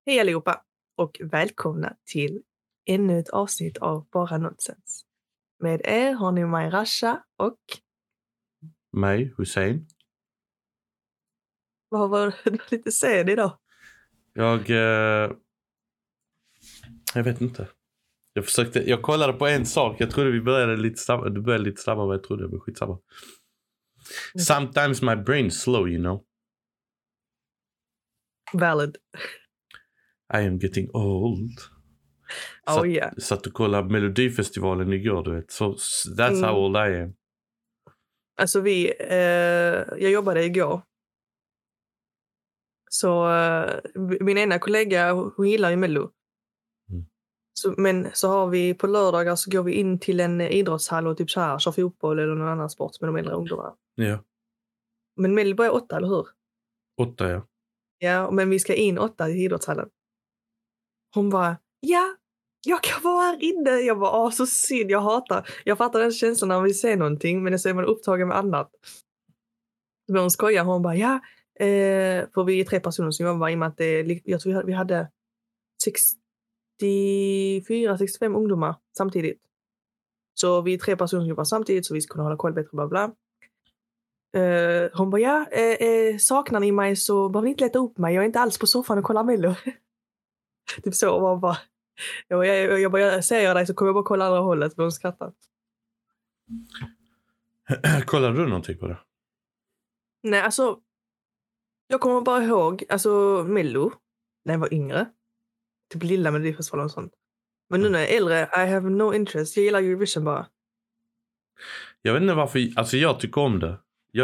Hej allihopa och välkomna till ännu ett avsnitt av Bara Nonsens. Med er har ni mig Rasha och... Mig, Hussein. Vad var du lite sen idag? Jag vet inte. Jag kollade på en sak. Jag trodde vi började lite snabbare. Du började lite snabbare vad jag trodde. Men skitsamma. Sometimes my brain is slow, you know. Valid. I am getting old. Satt och kollade Melodifestivalen igår, du vet. So that's how old I am. Alltså jag jobbade igår. Så min ena kollega, hon gillar ju Mello. Men så har vi på lördagar så går vi in till en idrottshall och typ så här kör fotboll eller någon annan sport med de äldre ungdomarna. Ja. Men Mello börjar 8, eller hur? 8, ja. Ja, men vi ska in 8 i idrottshallen. Hon bara, ja, jag kan vara här inne. Jag bara, så synd, jag fattar den känslan när vi ser någonting, men så är man upptagen med annat. Men hon skojar, hon bara, ja, för vi är 3 personer som jobbar i och med att jag tror vi hade 64-65 ungdomar samtidigt. Så vi är 3 personer som jobbar samtidigt så vi ska kunna hålla koll bättre, bla bla. Hon bara, ja, saknar ni mig så behöver ni inte leta upp mig. Jag är inte alls på soffan och kollar Mello. Typ så, och man bara... Jag ser jag dig så kommer jag bara kolla andra hållet, men hon skrattar. Kollar du någonting på det? Nej, alltså... Jag kommer bara ihåg, alltså Mello, när jag var yngre. Typ lilla Melodifestivalen och sånt. Men nu när jag är äldre, I have no interest. Jag gillar Eurovision bara. Jag vet inte varför, alltså jag tycker om det.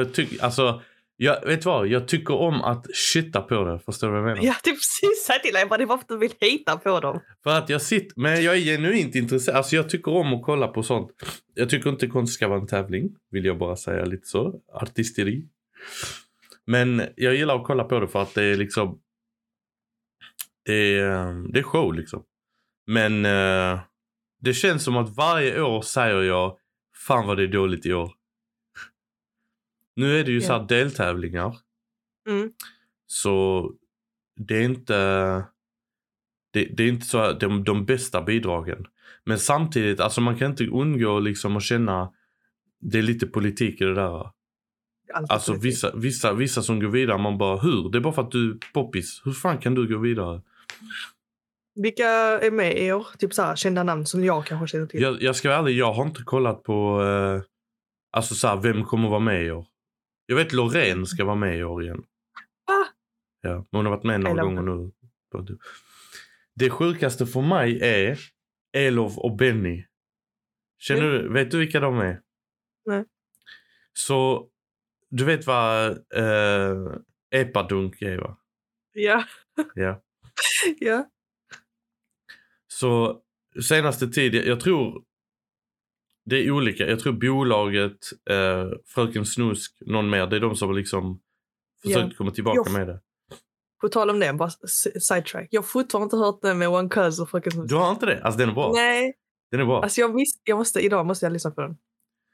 Jag tycker om att shitta på det. Förstår du vad jag menar? Ja, det är precis så till dig. Det är varför du vill hita på dem. För att men jag är genuint intresserad. Alltså jag tycker om att kolla på sånt. Jag tycker inte konst ska vara en tävling. Vill jag bara säga lite så. Artisteri. Men jag gillar att kolla på det för att det är liksom... Det är show liksom. Men det känns som att varje år säger jag, fan vad det är dåligt i år. Nu är det ju så här deltävlingar. Så det är inte så de bästa bidragen. Men samtidigt, alltså man kan inte undgå liksom att känna det är lite politik i det där. Alltså vissa som går vidare, man bara, hur? Det är bara för att du är poppis. Hur fan kan du gå vidare? Vilka är med i år? Typ så här kända namn som jag kanske känner till. Jag ska vara ärlig, jag har inte kollat på alltså så här, vem kommer vara med i år. Jag vet Loreen ska vara med i år igen. Ja, hon har varit med några gånger nu. Det sjukaste för mig är Elof och Benny. Vet du vilka de är? Nej. Så du vet vad epadunk är, va? Ja. Ja. Ja. Så senaste tid, jag tror det är olika. Jag tror bolaget, Fröken Snusk, någon mer, det är de som liksom försökt komma tillbaka med det. På tal om det, bara sidetrack. Jag har fortfarande inte hört det med One Cuz och Fröken Snusk. Du har inte det? Alltså den är bra. Nej. Den är bra. Alltså idag måste jag lyssna på den.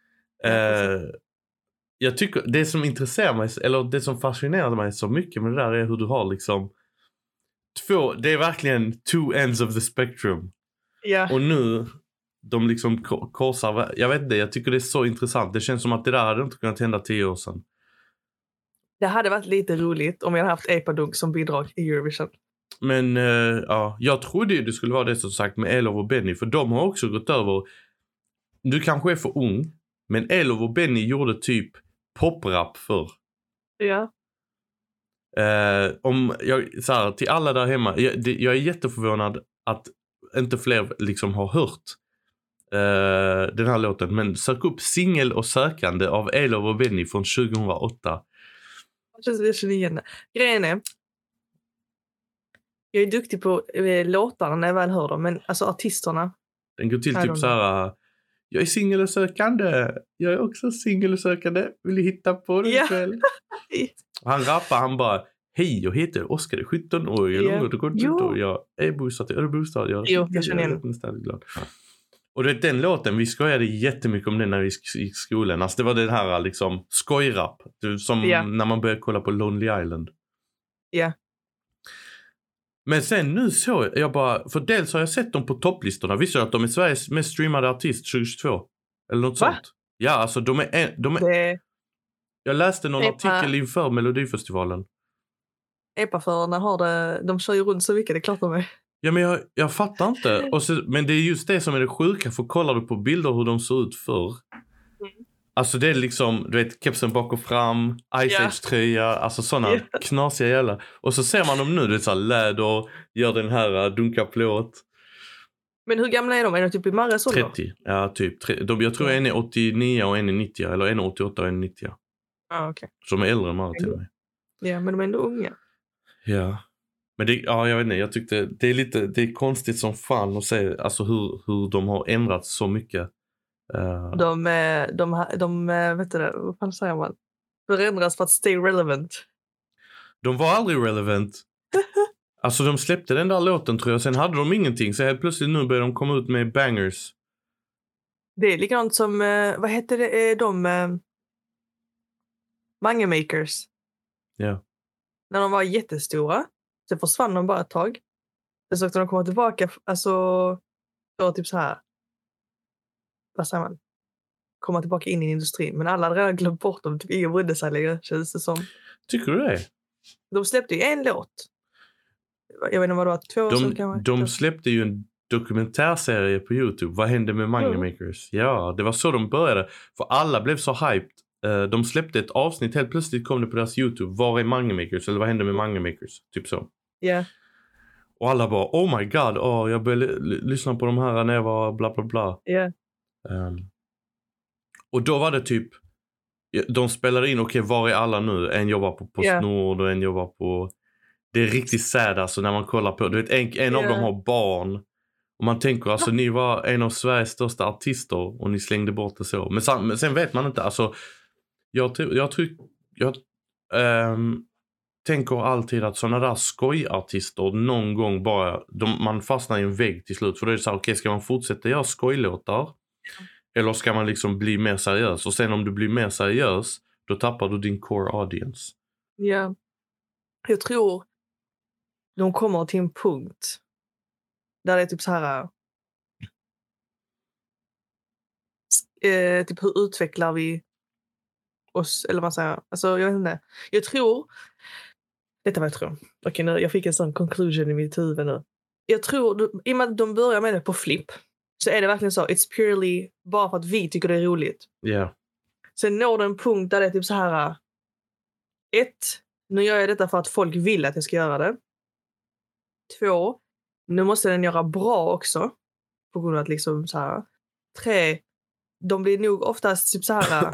Jag tycker det som intresserar mig, eller det som fascinerar mig så mycket med det där är hur du har liksom det är verkligen 2 ends of the spectrum. Yeah. Och nu de liksom korsar, jag vet inte, jag tycker det är så intressant. Det känns som att det där hade inte kunnat hända 10 år sedan. Det hade varit lite roligt om jag hade haft Epadunk som bidrag i Eurovision. Men jag trodde ju det skulle vara det som sagt med Elof och Benny, för de har också gått över. Du kanske är för ung, men Elof och Benny gjorde typ poprap för. Ja. Så här, till alla där hemma, jag är jätteförvånad att inte fler liksom har hört den här låten, men sök upp Singel och sökande av Elof och Benny från 2008. Jag känner igen det. Grejen är, jag är duktig på låtarna när jag väl hör dem, men alltså artisterna. Den går till typ så här: jag är singel och sökande. Jag är också singel och sökande. Vill du hitta på det ikväll? Han rappar, han bara, hej, jag heter Oskar, är 17 år. Jag är bosatt i Örebrostad. Jag känner igen. Och det är den låten, vi skojade jättemycket om den när vi gick i skolan. Alltså det var den här liksom skojrap. Som när man började kolla på Lonely Island. Ja. Men sen nu så jag bara, för dels har jag sett dem på topplistorna. Visste du att de är Sveriges mest streamade artist 2022? Eller något sånt. Ja, alltså de är jag läste någon artikel inför Melodifestivalen. Epaförarna har det, de kör ju runt så mycket, det är klart de är. Ja, men jag fattar inte. Men det är just det som är det sjuka, för kollar du på bilder hur de såg ut förr. Alltså det är liksom, du vet, kepsen bak och fram, Ice Age-tröja, alltså sådana knasiga jävla. Och så ser man dem nu, det är så här läder, gör den här dunkaplåt. Men hur gamla är de? Är de typ i Marres ålder? 30, ja typ. Jag tror en är 89 och en är 90, eller en är 88 och en är 90. Okej. Så de är äldre än Marre till mig. Ja, men de är ändå unga. Ja. Men jag vet inte, jag tyckte det är konstigt som fan att se alltså hur de har ändrats så mycket. De vet du det, vad fan säger man? Förändras för att stay relevant. De var aldrig relevant. Alltså de släppte den där låten tror jag, sen hade de ingenting. Så helt plötsligt nu börjar de komma ut med bangers. Det är likadant som, vad heter det, Mange Makers. Ja. När de var jättestora, så försvann de bara ett tag. Sen så de komma tillbaka, alltså, då typ så här, vad säger man? Komma tillbaka in i industrin. Men alla hade redan glömt bort dem, typ ingen brydde sig längre, känns det som. Tycker du det? De släppte ju en låt. Jag vet inte vad det var, 2 år sedan kanske. De släppte ju en dokumentärserie på YouTube. Vad hände med Mange Makers? Ja, det var så de började. För alla blev så hyped. De släppte ett avsnitt, helt plötsligt kom det på deras YouTube. Var är Mange Makers? Eller vad hände med Mange Makers? Typ så. Ja. Yeah. Och alla bara, oh my god, jag började lyssna på de här när jag var bla bla bla. Ja. Yeah. Och då var det typ, de spelade in, okej, var är alla nu? En jobbar på Postnord och en jobbar på... Det är riktigt sad alltså när man kollar på, du vet, en av dem har barn. Och man tänker, alltså ni var en av Sveriges största artister och ni slängde bort det så. Men sen vet man inte, alltså jag tänker alltid att sådana där skojartister någon gång bara, man fastnar i en vägg till slut. För då är det så här, okej, ska man fortsätta göra skojlåtar? Eller ska man liksom bli mer seriös? Och sen om du blir mer seriös, då tappar du din core audience. Ja. Jag tror de kommer till en punkt där det är typ så här typ hur utvecklar vi oss, eller vad säger jag? Alltså jag vet inte. Jag tror, detta var jag tror. Okej, nu, jag fick en sån conclusion i mitt huvud nu. Jag tror, i och med att de börjar med det på Flip, så är det verkligen så, it's purely bara för att vi tycker det är roligt. Ja. Yeah. Sen når det en punkt där det är typ så här, 1, nu gör jag detta för att folk vill att jag ska göra det. 2, nu måste den göra bra också. På grund av att liksom så här. 3, de blir nog oftast typ så här,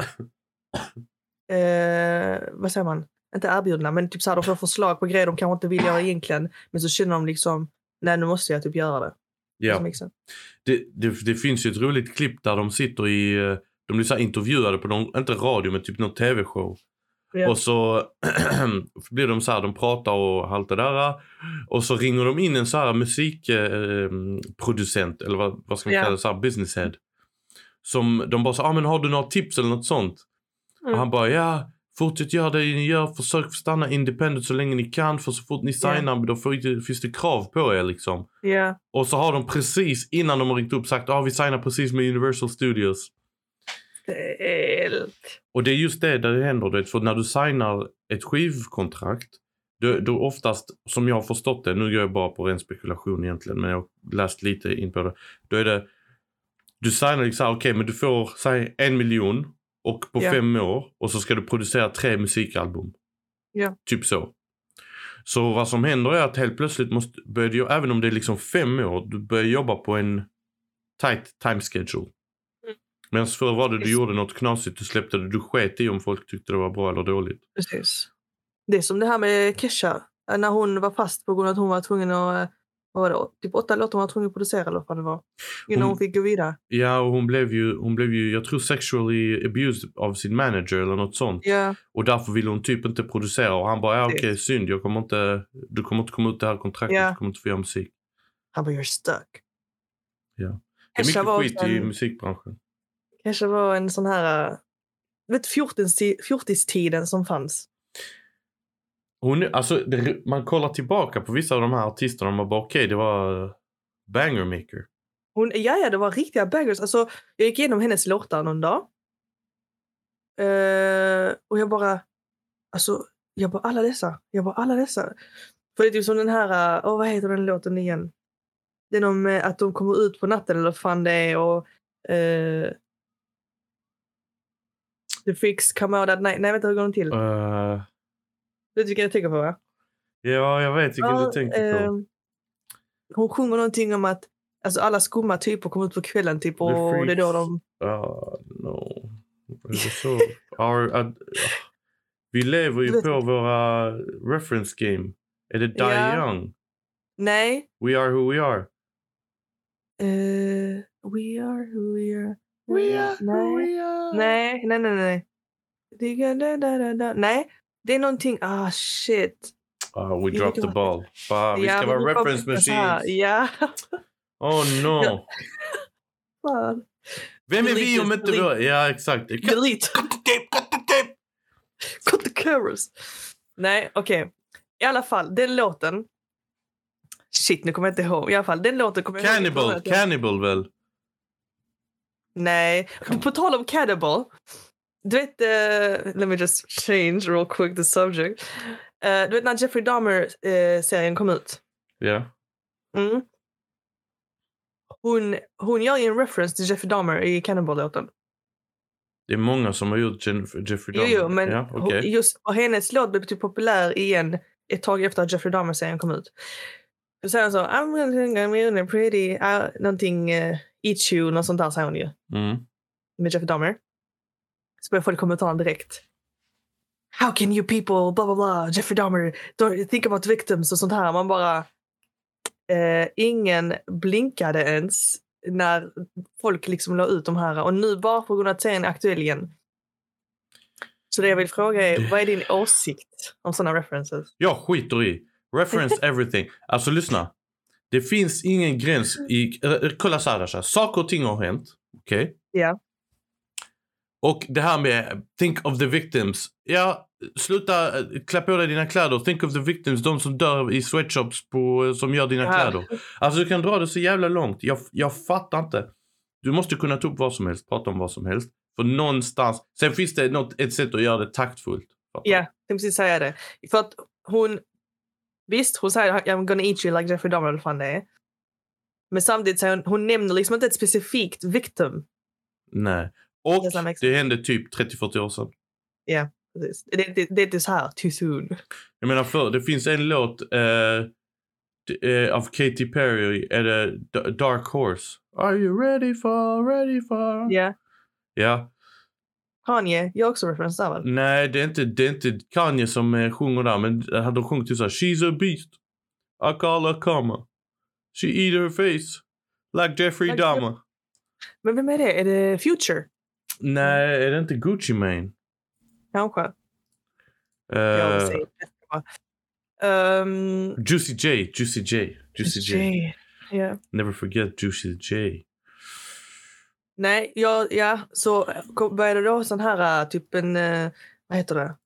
vad säger man? Inte erbjudna, men typ så här, de får förslag på grejer de kanske inte vill göra egentligen. Men så känner de liksom, nej, nu måste jag typ göra det. Ja. Det finns ju ett roligt klipp där de sitter i, de blir så här intervjuade på någon, inte radio men typ någon tv-show. Yeah. Och så blir de så här, de pratar och allt det där. Och så ringer de in en så här musikproducent, eller vad ska man kalla det, så här business head. Som de bara så, men har du några tips eller något sånt? Och han bara, ja, fortsätt göra det ni gör, försök stanna independent så länge ni kan, för så fort ni signar då finns det krav på er liksom. Yeah. Och så har de precis innan de har ringt upp sagt, vi signar precis med Universal Studios. Och det är just det där det händer, det, för när du signar ett skivkontrakt, då oftast, som jag har förstått det, nu går jag bara på ren spekulation egentligen, men jag har läst lite in på det, då är det, du signar liksom, okej, men du får, säg 1 miljon och på 5 år, och så ska du producera 3 musikalbum. Typ så. Så vad som händer är att helt plötsligt måste börja, även om det är liksom 5 år, du börjar jobba på en tight time schedule. Men förr var det, du gjorde något knasigt, du släppte det, du sket i om folk tyckte det var bra eller dåligt. Precis. Det är som det här med Kesha, när hon var fast på grund av att hon var tvungen att, vad var det, typ 8 låtar hon var tvungen att producera eller vad det var. Innan hon fick gå vidare. Ja, och hon blev ju, jag tror sexually abused av sin manager eller något sånt. Yeah. Och därför ville hon typ inte producera. Och han bara, okej, synd, du kommer inte komma ut det här kontraktet, du kommer inte få göra musik. Han bara, you're stuck. Ja. Det är mycket skit i musikbranschen. Kanske var en sån här, vet 14-tiden som fanns. Alltså, man kollar tillbaka på vissa av de här artisterna och man bara okej, det var banger maker. Ja, det var riktiga bangers. Alltså, jag gick igenom hennes låtar någon dag. Och jag bara alla dessa. För det är typ som den här, vad heter den låten igen? Det är någon med att de kommer ut på natten eller fan det är och The Freaks come out at night. Nej, vänta, hur går den till? Du tycker jag tänker på, va? Ja, jag vet vilken du tänker på. Hon sjunger någonting om att alltså, alla skumma typer kommer ut på kvällen typ, och det är då de... No. Så, vi lever ju på våra reference game. Är det Die Young? Nej. We are who we are. We are who we are. We are who we are. Nej. Nej, det är någonting... shit. We dropped the ball. Vi ska vara reference machines. Ja. Oh no. Fan. Vem är vi om inte vi... Ja, exakt. Delete. Cut the cameras. Nej, okej. I alla fall, den låten... Shit, nu kommer jag inte ihåg. I alla fall, den låten kommer jag ihåg. Cannibal väl? Nej. På tal om Cannibal. Du vet, let me just change real quick the subject. Du vet när Jeffrey Dahmer-serien kom ut? Ja. Mm. Hon gör en reference till Jeffrey Dahmer i Cannibal-låten. Det är många som har gjort Jeffrey Dahmer. Jo, men just hennes låt blev typ populär igen ett tag efter att Jeffrey Dahmer-serien kom ut. Så säger hon så, I'm really pretty, någonting, eat you, något sånt där säger hon ju. Med Jeffrey Dahmer. Så börjar folk kommentera direkt. How can you people, blah blah blah, Jeffrey Dahmer, don't think about victims och sånt här. Man bara, ingen blinkade ens när folk liksom la ut de här. Och nu bara på grund av att serien är aktuell igen. Så det jag vill fråga är, vad är din åsikt om sådana references? Jag skiter i. Reference everything. Alltså lyssna. Det finns ingen gräns i... Kolla så här. Saker och ting har hänt. Okej? Okay? Ja. Och det här med think of the victims. Ja, sluta klä på dig dina kläder. Think of the victims. De som dör i sweatshops som gör dina kläder. Alltså du kan dra det så jävla långt. Jag fattar inte. Du måste kunna ta upp vad som helst. Prata om vad som helst. För någonstans... Sen finns det ett sätt att göra det taktfullt. Ja, jag precis säga det. För att hon... Visst, hon säger I'm gonna eat you like Jeffrey Dahmer eller fan det är. Men samtidigt säger hon nämner liksom inte ett specifikt victim. Nej. Och det hände typ 30-40 år sedan. Ja, precis. Det är inte så här too soon. Jag menar det finns en låt av Katy Perry, är det Dark Horse. Are you ready for? Ja. Ja. Kanye, jag också referens där väl? Nej, det är inte Kanye som sjunger där, men hade sjungit till så här, she's a beast. I call her comma. She eat her face. Like Jeffrey Dahmer. Men vem är det? Är det Future? Nej, är det inte Gucci Mane? Kanske. Juicy J. Yeah. Never forget Juicy J. Nej, så började då sån här typ en, vad heter det?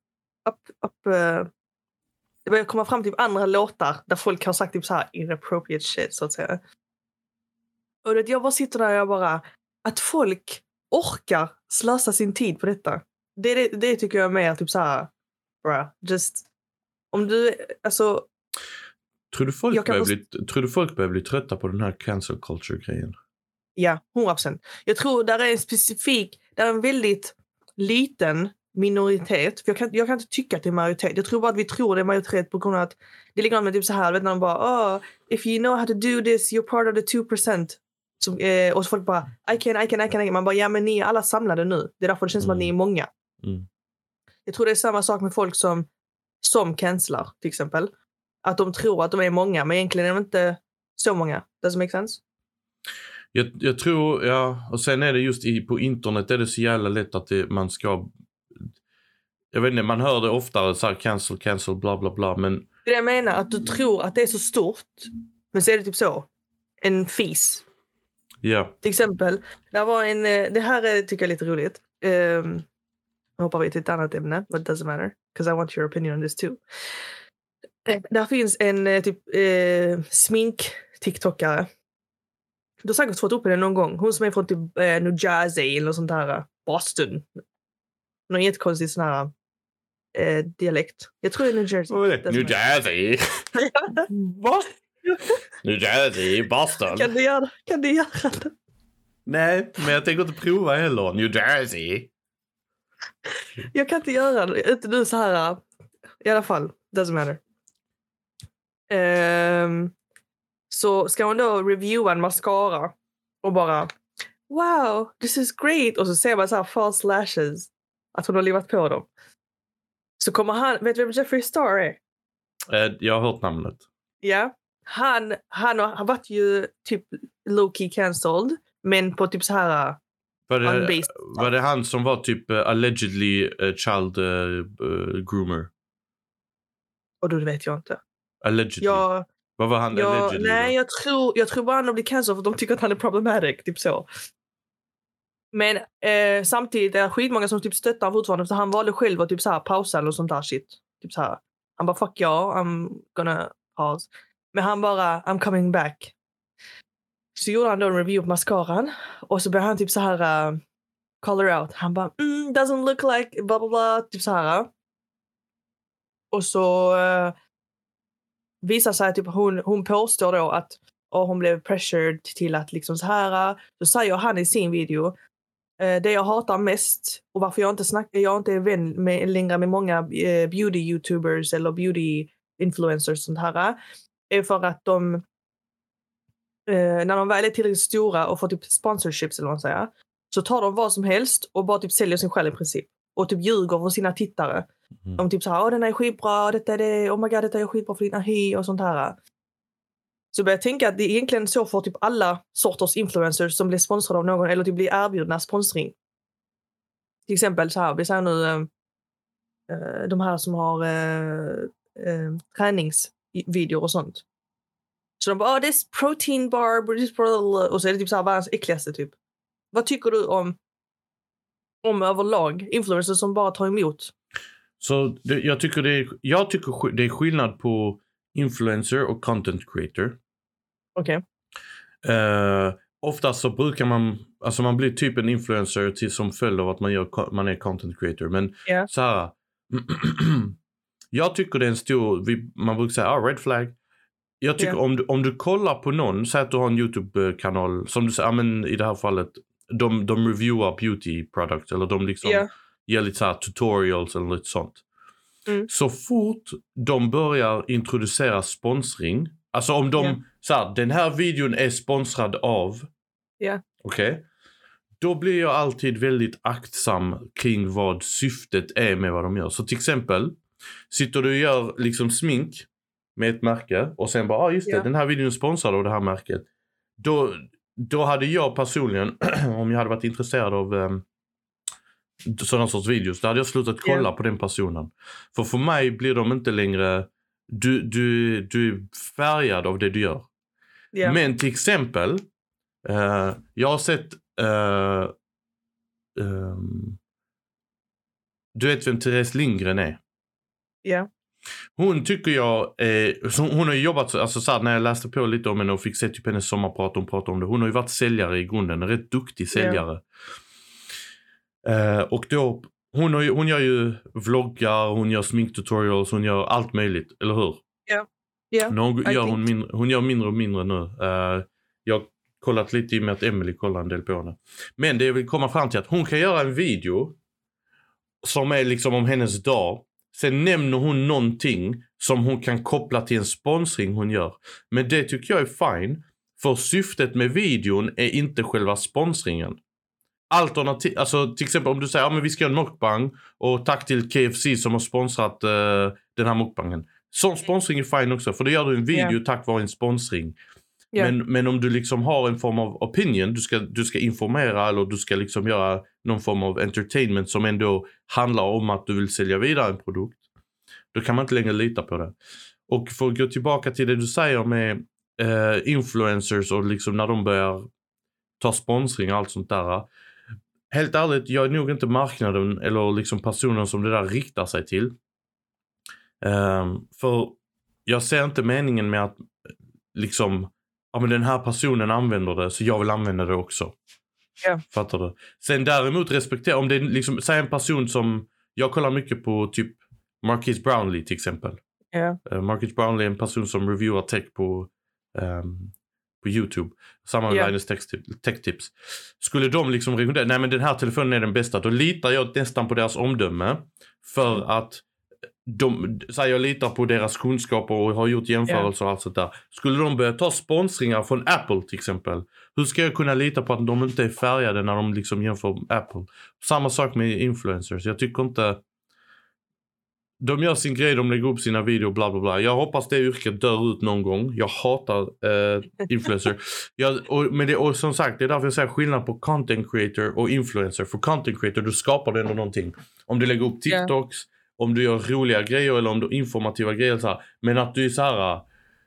Det började komma fram typ andra låtar där folk har sagt typ så här inappropriate shit så att säga. Och det, jag bara sitter där och jag bara, att folk orkar slösa sin tid på detta. Det tycker jag är mer typ så här, just om du, alltså. Tror du folk börjar bli trötta på den här cancel culture-grejen? Ja, 100%. Jag tror där är en väldigt liten minoritet. För jag kan inte tycka att det är majoritet. Jag tror bara att vi tror det är majoritet på grund av att det ligger med typ så här, vet när de bara, if you know how to do this, you're part of the 2%. Och så folk bara, I can. Man bara, ja men ni är alla samlade nu. Det är därför det känns som att ni är många. Jag tror det är samma sak med folk som cancelar, till exempel. Att de tror att de är många, men egentligen är de inte så många. Does it make sense? Jag tror, ja. Och sen är det just på internet är det så jävla lätt att man ska... Jag vet inte, man hör det oftare så här cancel, bla bla bla, men... Det jag menar, att du tror att det är så stort, men så är det typ så. En fis. Ja. Till exempel, där var det här tycker jag är lite roligt. Hoppar vi till ett annat ämne, but it doesn't matter, because I want your opinion on this too. Där finns en typ smink-tiktokare. Du har säkert fått upp henne någon gång. Hon som är från typ New Jersey eller sånt här. Boston. Någon jättekonstig sån här dialekt. Jag tror det är New Jersey. New Jersey. Vad? New Jersey, Boston. Kan du göra det? Nej, men jag tänker inte prova heller. New Jersey. Jag kan inte göra det. Inte du så här. I alla fall. Doesn't matter. Så ska hon då reviewa en mascara. Och bara. Wow, this is great. Och så ser man så här false lashes. Att hon har livat på dem. Så kommer han. Vet du vem Jeffree Star är? Jag har hört namnet. Ja. Han har varit ju typ low-key cancelled. Men på typ så här. Var det han som var typ allegedly child groomer? Och då vet jag inte. Allegedly? Vad var han allegedly? Nej, jag tror bara han har blivit cancelled för att de tycker att han är problematic. Typ så. Men samtidigt är det skitmånga som typ stöttar fortfarande. För han valde själv att typ så här pausa eller sånt där shit. Typ så här. Han bara fuck ja, I'm gonna pause. Men han bara I'm coming back. Så gjorde han då en review på mascaran. Och så började han typ så här color out. Han bara doesn't look like blah blah blah. Typ så här. Och så visar sig typ hon påstår då att hon blev pressured till att liksom så här. Så säger han i sin video det jag hatar mest och varför jag inte är vän längre med många beauty youtubers eller beauty influencers sånt här är för att de när de väl är tillräckligt stora och får typ sponsorships eller vad man säger så tar de vad som helst och bara typ säljer sin själ i princip och typ ljuger för sina tittare. De typ såhär, den är skitbra, detta är det, oh my god, detta är skitbra för dina hy och sånt här. Så börjar jag tänka att det är egentligen så för typ alla sorters influencers som blir sponsrade av någon eller typ blir erbjudna sponsring. Till exempel så här, vi säger nu de här som har träningsvideor och sånt. Så de bara, this protein bar, this och så är det typ så här världens äckligaste typ. Vad tycker du om överlag influencers som bara tar emot? Så jag tycker det är skillnad på influencer och content creator. Okej. Oftast så brukar man blir typ en influencer till som följd av att man är content creator. Men så här, jag tycker det är en stor, man brukar säga red flag. Jag tycker om du kollar på någon, säg att du har en YouTube-kanal som du säger, men i det här fallet de reviewar beauty products eller de liksom ger lite så här tutorials eller lite sånt. Så fort de börjar introducera sponsring, alltså om de så här, den här videon är sponsrad av okej, då blir jag alltid väldigt aktsam kring vad syftet är med vad de gör. Så till exempel sitter du och gör liksom smink med ett märke och sen bara, just det, den här videon är sponsrad av det här märket. Då hade jag personligen, om jag hade varit intresserad av sådana sorts videos, då hade jag slutat kolla på den personen. För mig blir de inte längre, du är färgad av det du gör. Men till exempel, jag har sett du vet vem Therese Lindgren är? Hon tycker jag hon har jobbat alltså så här, när jag läste på lite om henne och fick se typ hennes sommarprat, hon pratar om det. Hon har ju varit säljare i grunden, en rätt duktig säljare. Och då hon gör ju vloggar, hon gör sminktutorials, hon gör allt möjligt, eller hur? Hon gör mindre och mindre nu. Jag har kollat lite i och med att Emily kollar en del på henne. Men det jag vill komma fram till att hon kan göra en video som är liksom om hennes dag. Sen nämner hon någonting som hon kan koppla till en sponsring hon gör. Men det tycker jag är fine. För syftet med videon är inte själva sponsringen. Alternativ, alltså till exempel om du säger men vi ska göra en mukbang och tack till KFC som har sponsrat den här mukbangen. Sån sponsring är fine också, för då gör du en video tack vare en sponsring. Men om du liksom har en form av opinion, du ska informera eller du ska liksom göra någon form av entertainment som ändå handlar om att du vill sälja vidare en produkt, då kan man inte längre lita på det. Och för att gå tillbaka till det du säger med influencers och liksom när de börjar ta sponsring och allt sånt där. Helt ärligt, jag är nog inte marknaden eller liksom personen som det där riktar sig till. För jag ser inte meningen med att liksom, ja men den här personen använder det så jag vill använda det också. Ja. Fattar du? Sen däremot respektera, om det är liksom, säg en person som, jag kollar mycket på typ Marquise Brownlee till exempel. Ja. Marquise Brownlee är en person som reviewar tech på YouTube. Samma med Linus Tech Tips. Skulle de liksom rekommendera, nej men den här telefonen är den bästa, då litar jag nästan på deras omdöme. För att jag litar på deras kunskaper och har gjort jämförelser och allt sånt där. Skulle de börja ta sponsringar från Apple till exempel, hur ska jag kunna lita på att de inte är färgade när de liksom jämför Apple? Samma sak med influencers. Jag tycker inte de gör sin grej, de lägger upp sina videor, bla bla bla. Jag hoppas det yrket dör ut någon gång. Jag hatar influencer. Och som sagt, det är därför jag säger skillnad på content creator och influencer. För content creator, du skapar ändå någonting. Om du lägger upp TikToks, om du gör roliga grejer eller om du informativa grejer. Så här. Men att du är så här,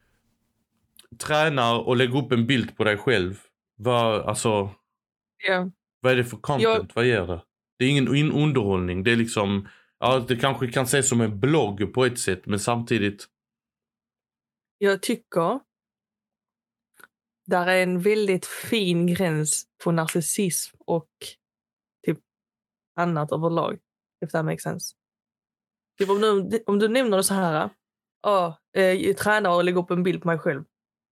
tränar och lägger upp en bild på dig själv. Vad är det för content? Vad ger det? Det är ingen underhållning. Det är liksom... Ja, det kanske kan ses som en blogg på ett sätt, men samtidigt... Jag tycker där är en väldigt fin gräns på narcissism och typ annat överlag. If that makes sense. Typ om du nämner det så här, jag tränar och lägger upp en bild på mig själv.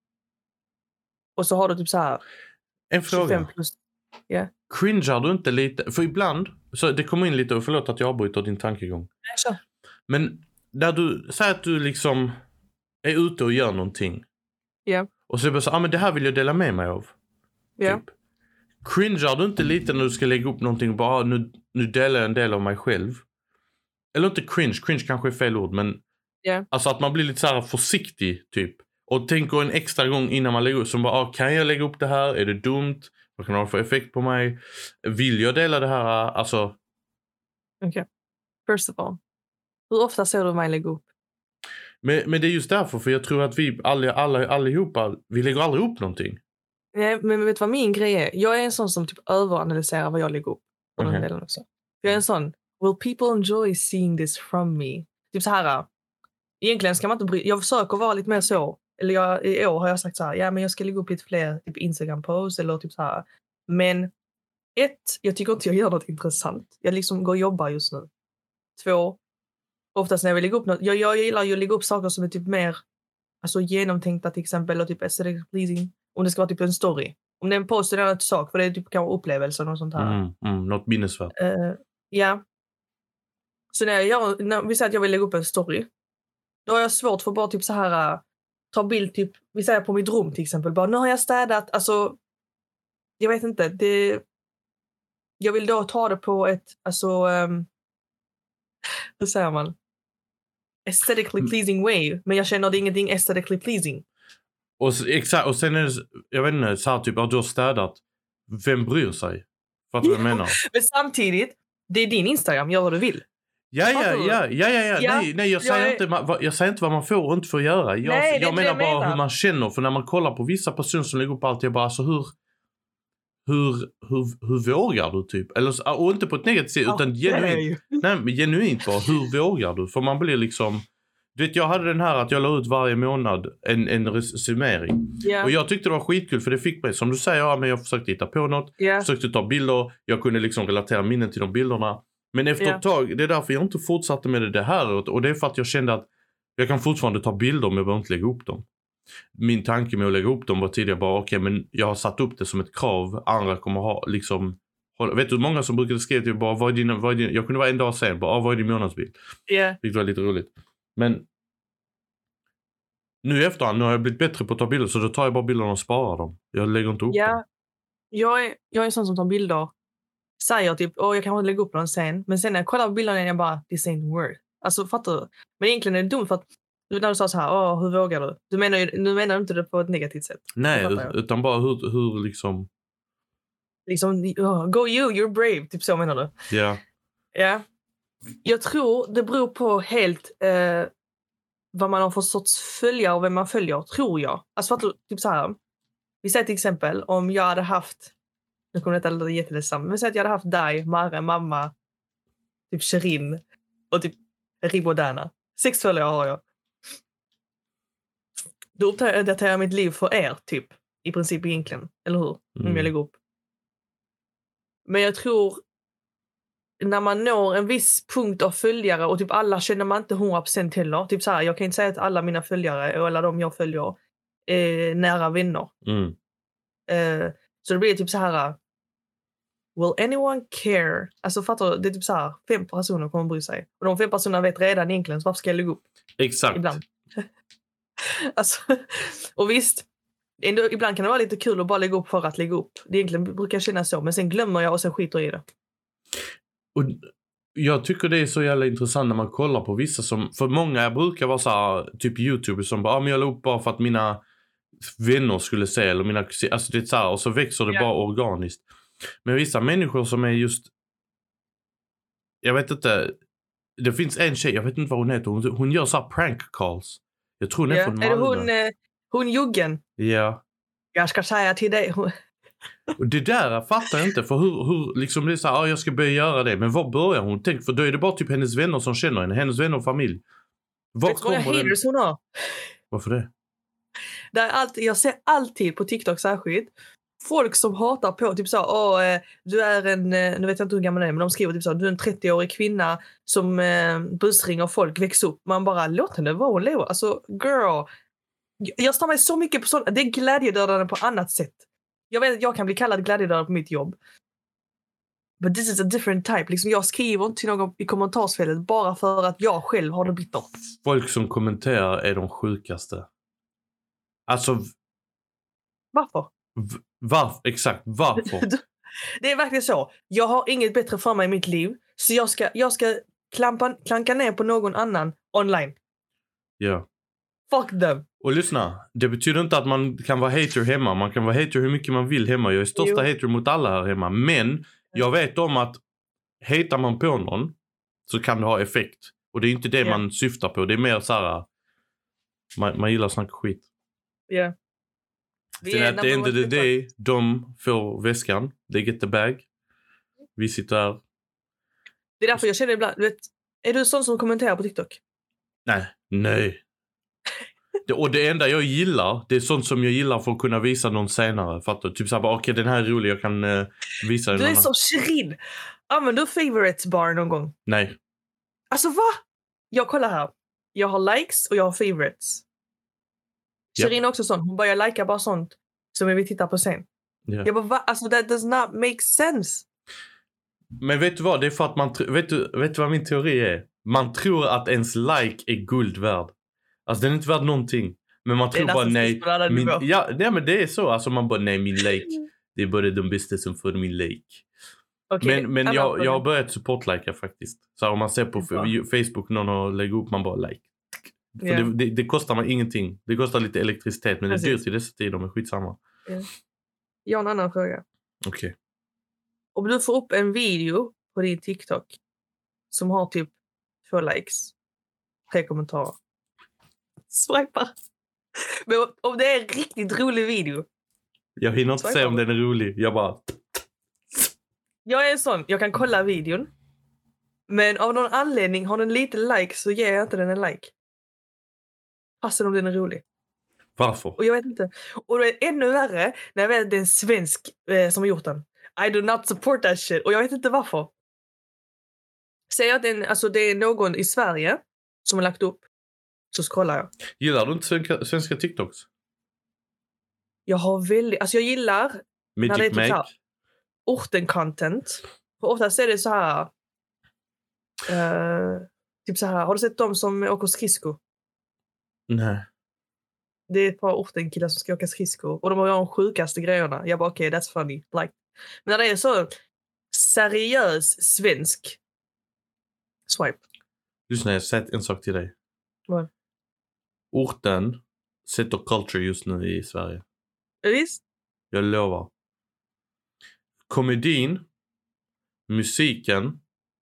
Och så har du typ så här... En fråga. 25 plus. Yeah. Cringear du inte lite? För ibland, så det kommer in lite, och förlåt att jag avbryter din tankegång. Ja. Men när du säger att du liksom är ute och gör någonting. Ja. Yeah. Och så är det bara så, men det här vill jag dela med mig av. Ja. Yeah. Typ. Cringear du inte lite när du ska lägga upp någonting och bara, nu delar jag en del av mig själv? Eller inte cringe kanske är fel ord, men alltså att man blir lite så här försiktig typ. Och tänker en extra gång innan man lägger upp, som bara, kan jag lägga upp det här? Är det dumt? Vad kan det ha för effekt på mig? Vill jag dela det här? Alltså... Okej. First of all. Hur ofta ser du mig lägga upp? Men det är just därför. För jag tror att vi allihopa, vi lägger aldrig upp någonting. Nej, men vet du vad min grej är? Jag är en sån som typ överanalyserar vad jag lägger upp. På den delen också. Jag är en sån, will people enjoy seeing this from me? Typ så här. Egentligen ska man inte jag försöker vara lite mer så. Eller i år har jag sagt så här, men jag ska lägga upp lite fler typ Instagram-posts eller typ så här. Men jag tycker inte jag gör något intressant. Jag liksom går och jobbar just nu. 2, oftast när jag vill lägga upp något. Jag gillar ju att lägga upp saker som är typ mer alltså genomtänkta till exempel, och typ aesthetic pleasing. Om det ska vara typ en story. Om det är en post är det en annan sak, för det är typ kanske upplevelser och sånt här. Något minnesvärt. Ja. Så när vi säger att jag vill lägga upp en story, då har jag svårt för bara typ så här ta bild typ, vi säger på mitt rum till exempel, bara nu har jag städat, alltså jag vet inte, jag vill då ta det på ett, alltså hur säger man, aesthetically pleasing way, men jag känner det ingenting aesthetically pleasing. Exakt, och sen är det, jag vet inte, så här typ, du har städat, vem bryr sig? Fattar du vad jag menar? Men samtidigt, det är din Instagram, gör vad du vill. Ja. Nej, jag säger inte vad man får och inte får göra. Jag menar bara hur man känner. För när man kollar på vissa personer som lägger upp allt, jag bara, alltså hur vågar du typ? Eller, och inte på ett negativt sätt, utan genuint bara, hur vågar du? För man blir liksom, du vet, jag hade den här att jag la ut varje månad en summering. Och jag tyckte det var skitkul, för det fick mig, som du säger, men jag försökte hitta på något. Försökte ta bilder, jag kunde liksom relatera minnen till de bilderna. Men efter ett tag, det är därför jag inte fortsatte med det här. Och det är för att jag kände att jag kan fortfarande ta bilder, men jag behöver inte lägga upp dem. Min tanke med att lägga upp dem var tidigare bara, okej, men jag har satt upp det som ett krav. Andra kommer ha liksom... Vet du, många som brukade skriva typ bara, vad är din, jag kunde vara en dag sen, bara, vad är din månadsbild? Det var lite roligt. Men nu efterhand, nu har jag blivit bättre på att ta bilder, så då tar jag bara bilderna och sparar dem. Jag lägger inte upp dem. Jag är en sån som tar bilder. Säger typ, jag kan inte lägga upp någon sen. Men sen när jag kollar på bilderna är jag bara, this ain't worth. Alltså, fattar du? Men egentligen är det dumt för att när du sa så här, hur vågar du? Du menar inte det på ett negativt sätt. Nej, utan bara hur liksom... Go you're brave, typ så menar du? Ja. Jag tror det beror på helt vad man har för sorts följare och vem man följer, tror jag. Alltså fattar du, typ så här. Vi säger till exempel, om jag hade haft, nu kommer detta låta jätteledsamt, men säg att jag hade haft dig, Mare, mamma, typ Sherin och typ Ribodana. 6 följare har jag. Då uppdaterar jag mitt liv för er, typ. I princip egentligen. Eller hur? Om jag lägger upp. Men jag tror när man når en viss punkt av följare och typ alla känner man inte 100% heller. Typ så här, jag kan inte säga att alla mina följare och alla de jag följer är nära vänner. Så det blir typ så här, will anyone care? Alltså fattar du? Det är typ så här, 5 personer kommer bry sig. Och de 5 personerna vet redan egentligen, så varför ska jag lägga upp? Exakt. Ibland. Alltså, och visst, ändå, ibland kan det vara lite kul att bara lägga upp för att lägga upp. Det egentligen brukar jag känna så, men sen glömmer jag och sen skiter i det. Och jag tycker det är så jävla intressant när man kollar på vissa som, för många brukar vara så här, typ YouTubers som bara, men jag la upp bara för att mina vänner skulle se, eller mina kusiner, alltså det är så här, och så växer det bara organiskt. Men vissa människor som är just, jag vet inte, det finns en tjej, jag vet inte vad hon heter, hon gör så här prank calls. Jag tror hon är från Malmö. Är det hon Juggen? Ja. Jag ska säga till dig. Och det där fattar jag inte, för hur liksom det är så här, jag ska börja göra det, men var börjar hon? Tänk, för då är det bara typ hennes vänner som känner henne, hennes vänner och familj. Var kommer den? Haters hon har? Varför det? Det är alltid, jag ser alltid på TikTok särskilt folk som hatar på typ så, du är en, nu vet jag inte hur gammal det är, men de skriver typ så, du är en 30-årig kvinna som busringer folk, växer upp. Man bara, låt henne vara och leva. Alltså, girl. Jag står mig så mycket på sånt. Det är glädjedödande på annat sätt. Jag vet att jag kan bli kallad glädjedödare på mitt jobb. But this is a different type. Liksom, jag skriver inte till någon i kommentarsfältet bara för att jag själv har det bittert. Folk som kommenterar är de sjukaste. Alltså... Varför? Exakt, varför? Det är verkligen så. Jag har inget bättre för mig i mitt liv. Så jag ska klanka ner på någon annan online. Ja. Fuck them. Och lyssna, det betyder inte att man kan vara hater hemma. Man kan vara hater hur mycket man vill hemma. Jag är största hater mot alla här hemma. Men jag vet om att hatar man på någon så kan det ha effekt. Och det är inte det man syftar på. Det är mer så här, man gillar att snacka skit. Ja. Sen att det ändå är det, de får väskan. They get the bag. Vi sitter här. Det är därför jag känner ibland, vet, är du sån som kommenterar på TikTok? Nej. Och det enda jag gillar, det är sånt som jag gillar för att kunna visa någon senare. Fattar du? Typ såhär bara, okej, den här är rolig, jag kan visa den. Du är som Shirin. Använder du favorites bar någon gång? Nej. Alltså va? Jag kollar här. Jag har likes och jag har favorites. Shirin är också sån. Hon börjar likea bara sånt som jag vill titta på sen. Yeah. Jag bara, va? Alltså that does not make sense. Men vet du vad? Det är för att man vet du vad min teori är? Man tror att ens like är guld värd. Alltså den är inte värd någonting. Men man tror bara nej. Men det är så. Alltså man bara nej, min like. Det är bara de bästa som får min like. Okay, men jag har börjat support-likea faktiskt. Så om man ser på Facebook någon har lägger upp, man bara like. För det kostar man ingenting. Det kostar lite elektricitet, men det är dyrt i dessa tider, men skitsamma. Jag har en annan fråga. Okej. Om du får upp en video på din TikTok som har typ 2 likes, 3 kommentarer. Swipa. Men om det är en riktigt rolig video. Jag hinner inte säga om den är rolig. Jag bara... Jag är en sån. Jag kan kolla videon. Men av någon anledning har den lite likes så ger jag inte den en like. Fastän om den är rolig. Varför? Och jag vet inte. Och det är ännu värre när jag vet att det är en svensk som har gjort den. I do not support that shit. Och jag vet inte varför. Säger att det är någon i Sverige som har lagt upp, så scrollar jag. Gillar du inte svenska TikToks? Jag har väldigt... jag gillar när det är typ såhär orten-content. För oftast är det så här... typ så här, har du sett dem som åker skridsko? Nej. Det är ett par ortenkillar som ska åka skridsko. Och de har de sjukaste grejerna. Jag bara okej, that's funny. Like. Men när det är så seriös svensk swipe. Lyssna, jag har sett en sak till dig. Vad? Orten sätter culture just nu i Sverige. Visst? Jag lovar. Komedin, musiken,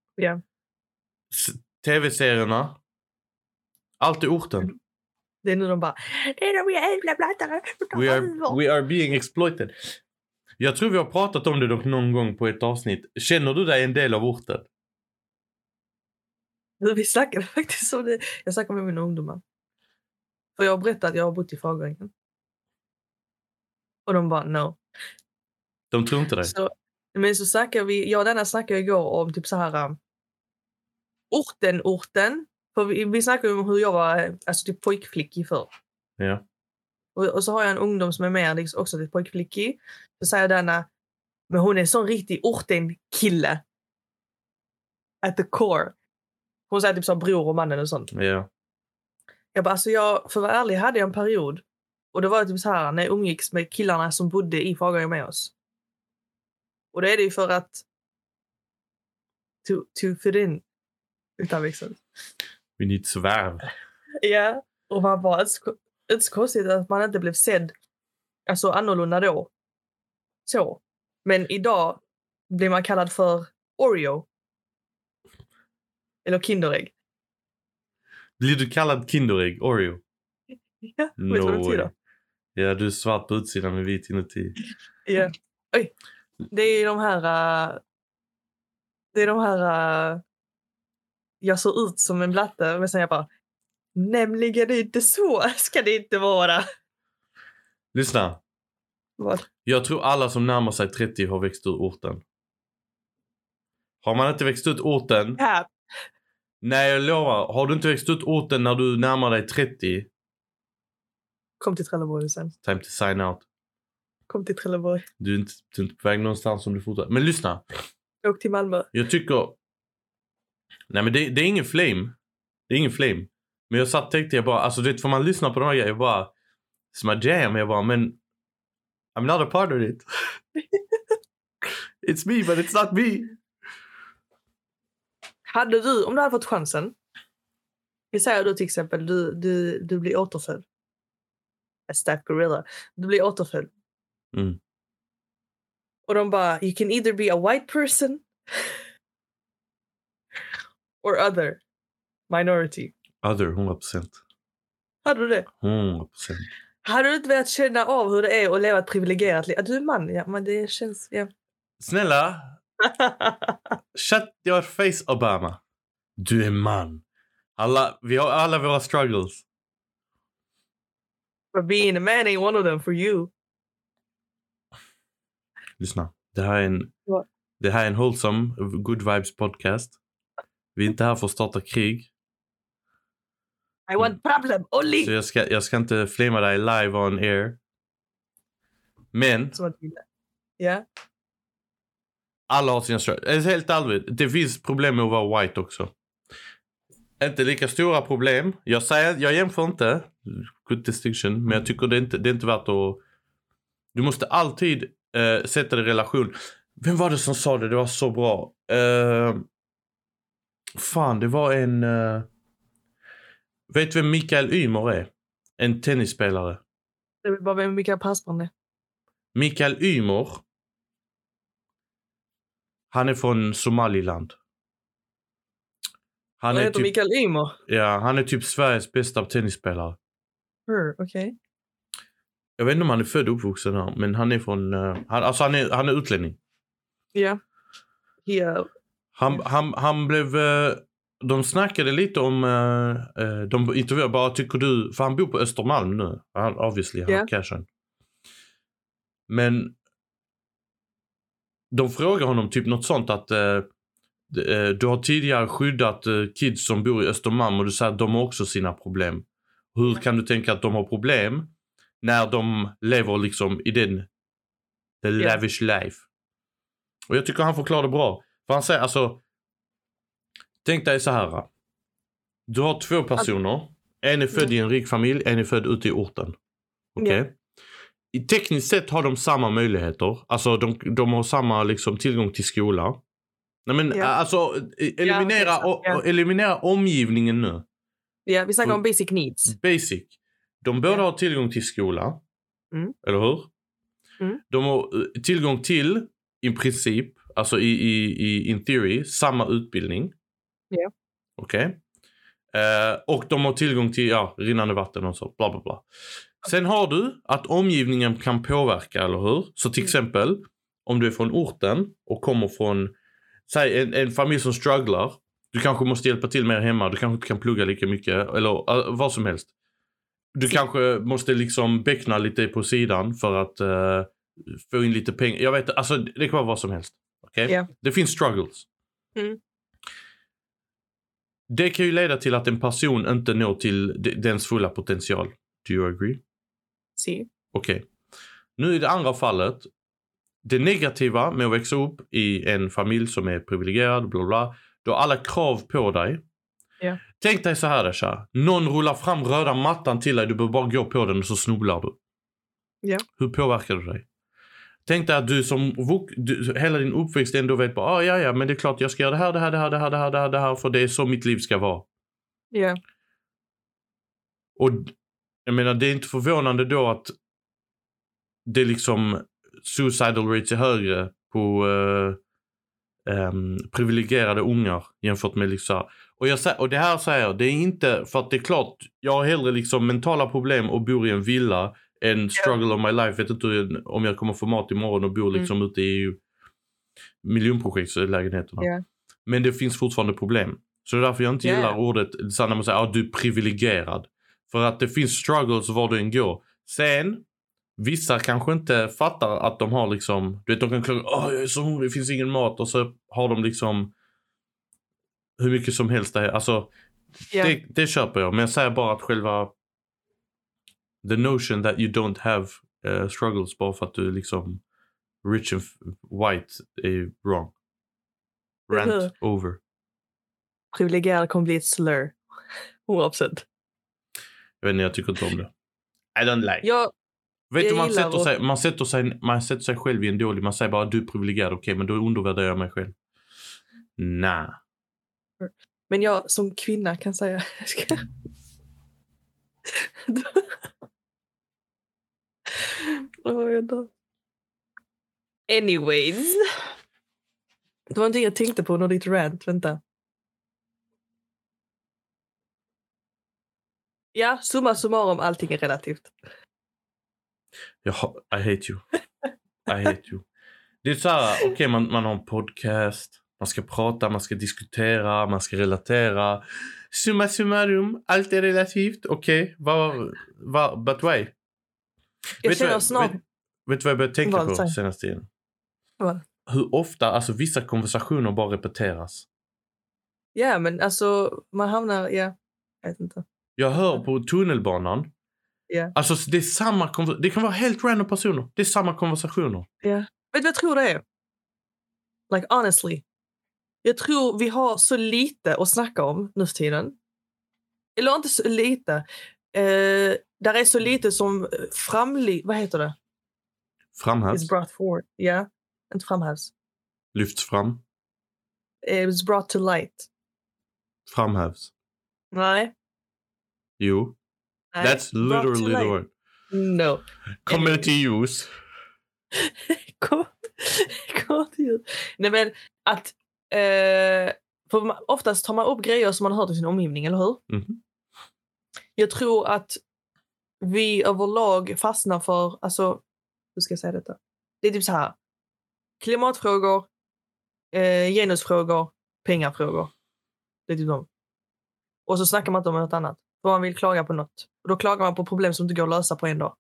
tv-serierna, allt är orten. Det är nu de bara, det är de jävla blattare. We are being exploited. Jag tror vi har pratat om det dock någon gång på ett avsnitt. Känner du dig en del av orten? Vi snackade faktiskt om det. Jag snackade med mina ungdomar. För jag har berättat att jag har bott i Fagerängen. Och de bara, no. De tror inte dig. Men så snackar vi, jag och denna snackade igår om typ så här orten. För vi snackade om hur jag var alltså typ pojkflickig förr. Ja. Och så har jag en ungdom som är med liksom också till pojkflickig. Så säger denna, men hon är en sån riktig orten-kille. At the core. Hon säger typ så bror och mannen och sånt. Ja. Jag bara, alltså för att vara ärlig hade jag en period. Och det var typ så här när jag umgicks med killarna som bodde i Fagerängen med oss. Och det är det ju för att to fit in. Utan liksom. We need svärv. Ja. Och man bara, inte så konstigt att man inte blev sedd alltså annorlunda då. Så. Men idag blir man kallad för Oreo. Eller Kinderägg. Blir du kallad Kinderägg, Oreo? Ja, vet du vad det betyder? Ja, du är svart på utsidan med vit inuti. Ja. Oj. Det är de här... jag såg ut som en blatte, men sen jag bara... Nämligen inte så ska det inte vara. Lyssna. Vad? Jag tror alla som närmar sig 30 har växt ur orten. Har man inte växt ut orten... Ja. Nej, jag lovar. Har du inte växt ut orten när du närmar dig 30... Kom till Trelleborg sen. Time to sign out. Kom till Trelleborg. Du är inte på väg någonstans om du fortsätter. Men lyssna. Åk till Malmö. Jag tycker... Nej, men det är ingen flame. Det är ingen flame. Men jag tänkte jag bara... Alltså det får man lyssna på de här grejerna. Jag bara... It's my jam. Jag bara, men... I'm not a part of it. It's me, but it's not me. Hade du, om du hade fått chansen. Vi säger du till exempel, du blir återfödd. A staff gorilla. Du blir återfödd. Mm. Och de bara, you can either be a white person or other minority. Other, 100%. Hade du det? 100%. Hade du inte velat känna av hur det är att leva ett privilegierat liv? Du är man, ja, men det känns... Ja. Snälla. Shut your face, Obama. Du är man. Vi har alla våra struggles. But being a man ain't one of them for you. Lyssna. Det här är en wholesome, good vibes podcast. Vi är inte här för att starta krig. I want problem only. Så jag ska inte flamea dig live on air. Men ja. Alla har sina struggles. Helt allvarligt. Det finns problem med att vara white också. Inte lika stora problem. Jag jämför inte. Good distinction. Men jag tycker det är inte värt att... Du måste alltid sätta det i relation. Vem var det som sa det? Det var så bra. Det var en... vet du vem Mikael Ymer är? En tennisspelare. Det var vem Mikael Passbrand är. Mikael Ymer. Han är från Somaliland. Han heter typ, Mikael Ymer? Ja, han är typ Sveriges bästa tennisspelare. Okej. Jag vet inte om han är född och uppvuxen här, men han är från... han är utlänning. Ja. Yeah. Han blev... de snackade lite om... de intervjuade bara, tycker du... För han bor på Östermalm nu. Han har cashen. Men... De frågar honom typ något sånt att... du har tidigare skyddat kids som bor i Östermalm och du säger att de har också sina problem. Hur kan du tänka att de har problem när de lever liksom i the lavish life? Och jag tycker han förklarar det bra. För han säger alltså, tänk dig så här. Du har 2 personer. En är född i en rik familj, en är född ute i orten. Okej? Okay? Tekniskt sett har de samma möjligheter. Alltså de har samma liksom tillgång till skola. Nej men alltså eliminera omgivningen nu. Ja, vi snackar om basic needs. Basic. De båda har tillgång till skola. Eller hur? De har tillgång till i princip, alltså in theory, samma utbildning. Ja. Okej. Och de har tillgång till rinnande vatten och så. Bla bla bla. Sen har du att omgivningen kan påverka, eller hur? Så till exempel, om du är från orten och kommer från, säg en familj som strugglar. Du kanske måste hjälpa till mer hemma. Du kanske inte kan plugga lika mycket. Eller vad som helst. Du kanske måste liksom beckna lite på sidan för att få in lite pengar. Jag vet, alltså det kan vara vad som helst. Okay? Yeah. Det finns struggles. Det kan ju leda till att en person inte når till dens fulla potential. Do you agree? Si. Okej. Nu i det andra fallet. Det negativa med att växa upp i en familj som är privilegierad, bla bla. Du har alla krav på dig. Yeah. Tänk dig så här, Dasha. Någon rullar fram röda mattan till dig. Du behöver bara gå på den och så snubblar du. Yeah. Hur påverkar du dig? Tänk dig att du som hela din uppväxt ändå vet bara, ja, men det är klart jag ska göra det här, för det är så mitt liv ska vara. Ja. Yeah. Och jag menar, det är inte förvånande då att det liksom suicidal rates är högre på privilegierade ungar jämfört med liksom. Och det här säger jag, det är inte för att det är klart, jag har hellre liksom mentala problem och bor i en villa än struggle of my life. Vet inte om jag kommer få mat imorgon och bor liksom ute i miljonprojektslägenheterna. Yeah. Men det finns fortfarande problem. Så det är därför jag inte gillar ordet så när man säger du är privilegierad. För att det finns struggles var du än går. Sen vissa kanske inte fattar att de har liksom, du vet, de kan klaga, jag är så hungrig, det finns ingen mat, och så har de liksom hur mycket som helst där. Alltså det köper jag, men jag säger bara att själva the notion that you don't have struggles bara för att du är liksom rich and white är wrong. Rant over. Privilegierad kommer bli ett slur. Oavsett. Jag vet inte, jag tycker inte om det. I don't like. Vet du, man sätter sig själv i en dålig, man säger bara du är privilegierad, okej, men då undervärderar jag mig själv. Nej. Men jag som kvinna kan säga anyways. Det var inte jag tänkte på när ditt rant, vänta. Ja, summa summarum, allting är relativt. I hate you. I hate you. Det är så här, okej, man har en podcast, man ska prata, man ska diskutera, man ska relatera. Summa summarum, allt är relativt. Okej, but why? Jag känner snart... Vet du vad jag började tänka på senaste tiden? Vad? Hur ofta, alltså vissa konversationer bara repeteras. Ja, men alltså man hamnar, jag vet inte. Jag hör på tunnelbanan. Yeah. Alltså det är samma det kan vara helt random personer. Det är samma konversationer. Ja. Vet du vad jag tror det är? Like honestly. Jag tror vi har så lite att snacka om nu för tiden. Eller inte så lite. Där är så lite som vad heter det? Framhävs. It's brought forward. Ja. Yeah. Inte framhävs. Lyfts fram. It's brought to light. Framhävs. Nej. Jo. Nej. That's literally the word. No. Kommer till use. Kommer till use. Nej, men att för oftast tar man upp grejer som man har hört i sin omgivning, eller hur? Mm-hmm. Jag tror att vi överlag fastnar för, alltså, hur ska jag säga detta? Det är typ så här. Klimatfrågor, genusfrågor, pengafrågor. Det är typ dem. Och så snackar man inte om något annat. För man vill klaga på något. Och då klagar man på problem som inte går att lösa på en dag.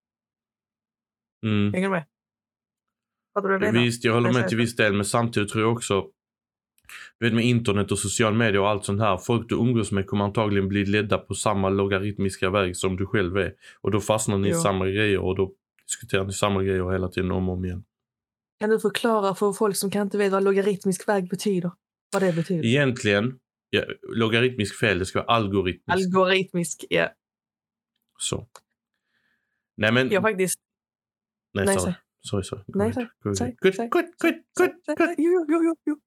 Hänger du med? Fattar du vad jag menar? Visst, jag håller med till viss del. Men samtidigt tror jag också, du vet, med internet och social media och allt sånt här. Folk du umgås med kommer antagligen bli ledda på samma logaritmiska väg som du själv är. Och då fastnar ni i samma grejer. Och då diskuterar ni samma grejer hela tiden om och om igen. Kan du förklara för folk som kan inte veta vad logaritmisk väg betyder? Vad det betyder? Egentligen, logaritmisk fel, det ska vara algoritmisk. Algoritmisk, ja. Så. Nej, men... Jag faktiskt... Nej, sorry. Nej, Good. Jo.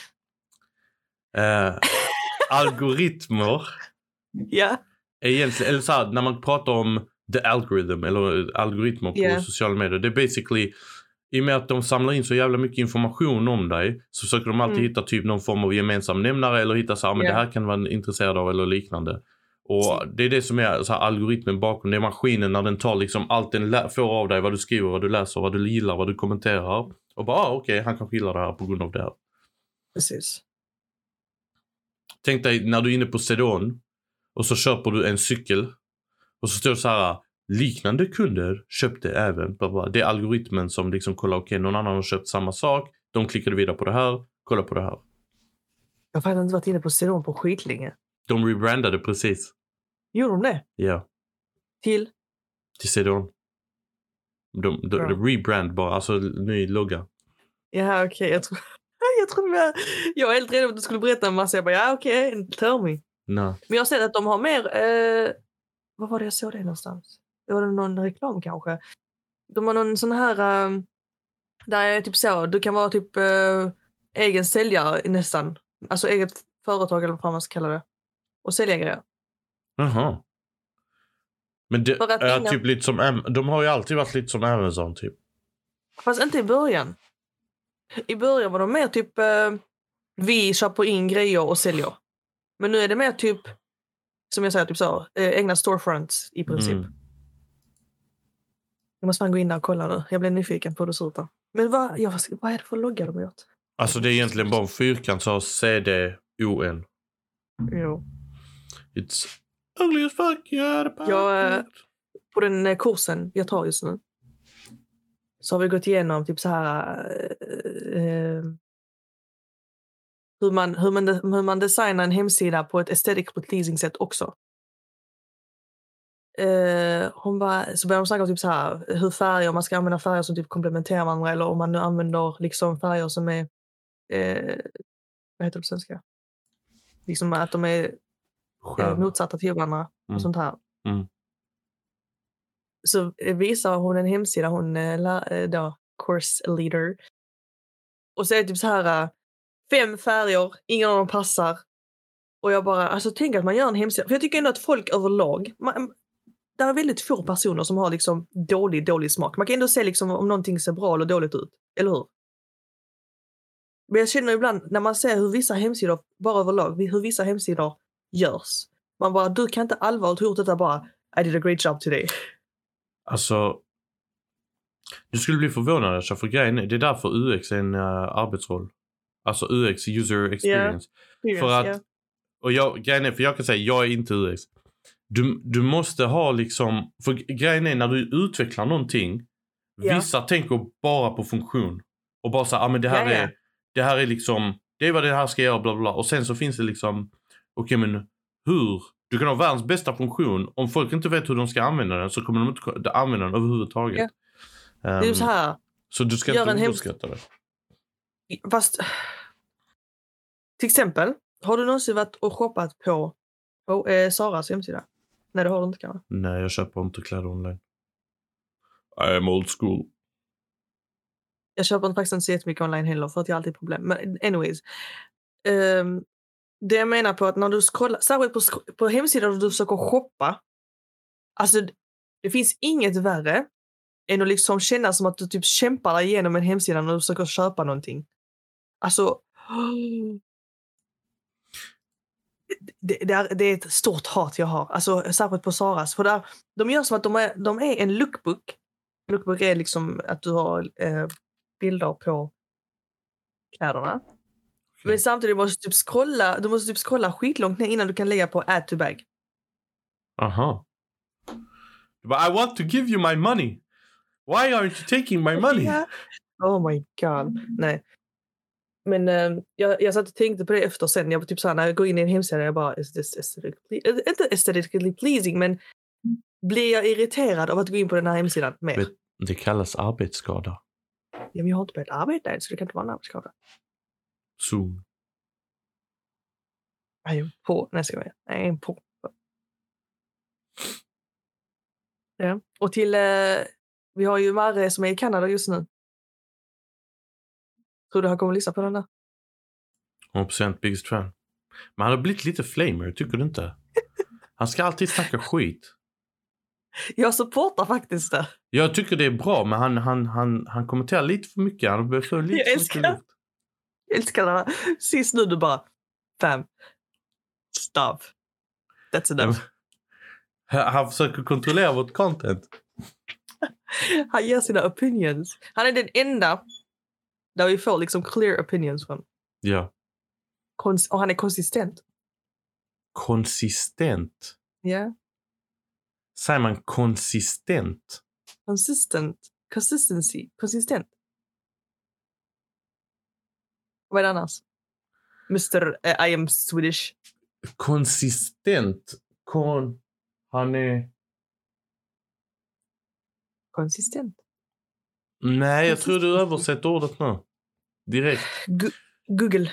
Algoritmer. Ja. Egentligen, eller så här, när man pratar om the algorithm, eller algoritmer på sociala medier, det är basically, i och med att de samlar in så jävla mycket information om dig, så försöker de alltid hitta typ någon form av gemensam nämnare, eller hitta så här, men det här kan vara intresserad av, eller liknande. Och det är det som är så här, algoritmen bakom. Det är maskinen när den tar liksom allt den får av dig, vad du skriver, vad du läser, vad du gillar, vad du kommenterar. Och bara, okej, han kan gilla det här på grund av det här. Precis. Tänk dig när du är inne på Sedon och så köper du en cykel. Och så står det så här, liknande kunder köpte även, bla bla. Det är algoritmen som liksom kollar, okej, någon annan har köpt samma sak. De klickade vidare på det här, kolla på det här. Jag har faktiskt inte varit inne på Cedon på skitlänge. De rebrandade precis. Gjorde de det? Ja. Till Cedon. De rebrand bara, alltså ny logga. Ja, okej. Jag är helt redo att du skulle berätta en massa. Jag bara, ja okej, tell me. No. Men jag har sett att de har mer, vad var det jag såg det någonstans? Var det någon reklam kanske? De har någon sån här, där är typ så, du kan vara typ egen säljare nästan. Alltså eget företag eller vad man ska kalla det. Och sälja grejer. Jaha. Men det är typ lite som, de har ju alltid varit lite som Amazon typ. Fast inte i början. I början var de mer typ, vi köper in grejer och säljer. Men nu är det mer typ, som jag säger, typ så, egna storefronts i princip. Jag måste fan gå in där och kolla nu. Jag blev nyfiken på det så där. Men vad är det för logga de har gjort? Alltså det är egentligen bara en fyrkant så CDON. Jo. It's ugly as fuck. På den kursen jag tar just nu så har vi gått igenom typ så här hur man designar en hemsida på ett aesthetic pleasing sätt också. Så börjar de snacka om typ så här hur färger, man ska använda färger som typ komplementerar varandra, eller om man nu använder liksom färger som är vad heter det på svenska? Liksom att de är motsatta till varandra och sånt här. Så visar hon en hemsida, hon då course leader. Och så är det typ så här 5 färger, ingen av dem passar. Och jag bara, alltså tänk att man gör en hemsida. För jag tycker ändå att folk överlag, det är väldigt få personer som har liksom dålig smak. Man kan ändå se liksom om någonting ser bra eller dåligt ut, eller hur? Men jag känner ibland när man ser hur vissa hemsidor, bara överlag, hur vissa hemsidor görs. Man bara, du kan inte allvarligt ha gjort detta bara, I did a great job today. Alltså, du skulle bli förvånad för grejen, det är därför UX är en arbetsroll. Alltså UX, user experience. Yeah. För att, och grejen är, för jag kan säga, jag är inte UX. Du måste ha liksom, för grejen är när du utvecklar någonting, vissa tänker bara på funktion. Och bara så men det här är liksom, det är vad det här ska göra, bla bla. Och sen så finns det liksom, okej, men hur? Du kan ha världens bästa funktion. Om folk inte vet hur de ska använda den så kommer de inte använda den överhuvudtaget. Yeah. Det är ju så här. Så du ska inte underskatta det. Fast, till exempel, har du någonsin varit och shoppat på Saras hemsida? Nej, det har du inte kanske. Nej, jag köper inte kläder online. I am old school. Jag köper faktiskt inte så jättemycket online heller för att jag alltid har problem. Men anyways. Det jag menar på att när du scrollar, särskilt på hemsidor där du försöker shoppa. Alltså, det finns inget värre än att liksom känna som att du typ kämpar dig igenom en hemsida när du försöker köpa någonting. Alltså, det är ett stort hat jag har. Alltså, särskilt på Saras. För där, de gör som att de är en lookbook. Lookbook är liksom att du har bilder på kläderna. Men samtidigt måste du måste typ scrolla skitlångt ner innan du kan lägga på add to bag. Aha. But I want to give you my money. Why aren't you taking my money? Yeah. Oh my god. Nej. Men jag satt och tänkte på det efter sen. Jag var typ såhär, när jag går in i en hemsida, jag bara, is this inte aesthetically pleasing, men blir jag irriterad av att gå in på den här hemsidan mer? Det kallas arbetsskada. Ja, men jag har inte börjat arbeta än, så det kan inte vara en arbetsskada. Zoom. Jag är på. Nej, ska jag är på. Ja. Och till vi har ju Marre som är i Kanada just nu. Tror du han kommer att lyssna på den där? 100% biggest fan. Men han har blivit lite flamer, tycker du inte? Han ska alltid snacka skit. Jag supportar faktiskt det. Jag tycker det är bra, men han kommenterar lite för mycket. Han behöver få lite för mycket luft. Jag älskar det. Sist nu du bara, fam, stop. That's enough. Han försöker kontrollera vårt content. Han ger sina opinions. Han är den enda där vi får liksom clear opinions från. Ja. Och han är konsistent. Konsistent? Ja. Säger man konsistent? Consistency. Konsistent. Vad är det annars? Mr. I am Swedish. Konsistent. Han är... Konsistent. Nej, jag tror du översätter ordet nu. Direkt. Google.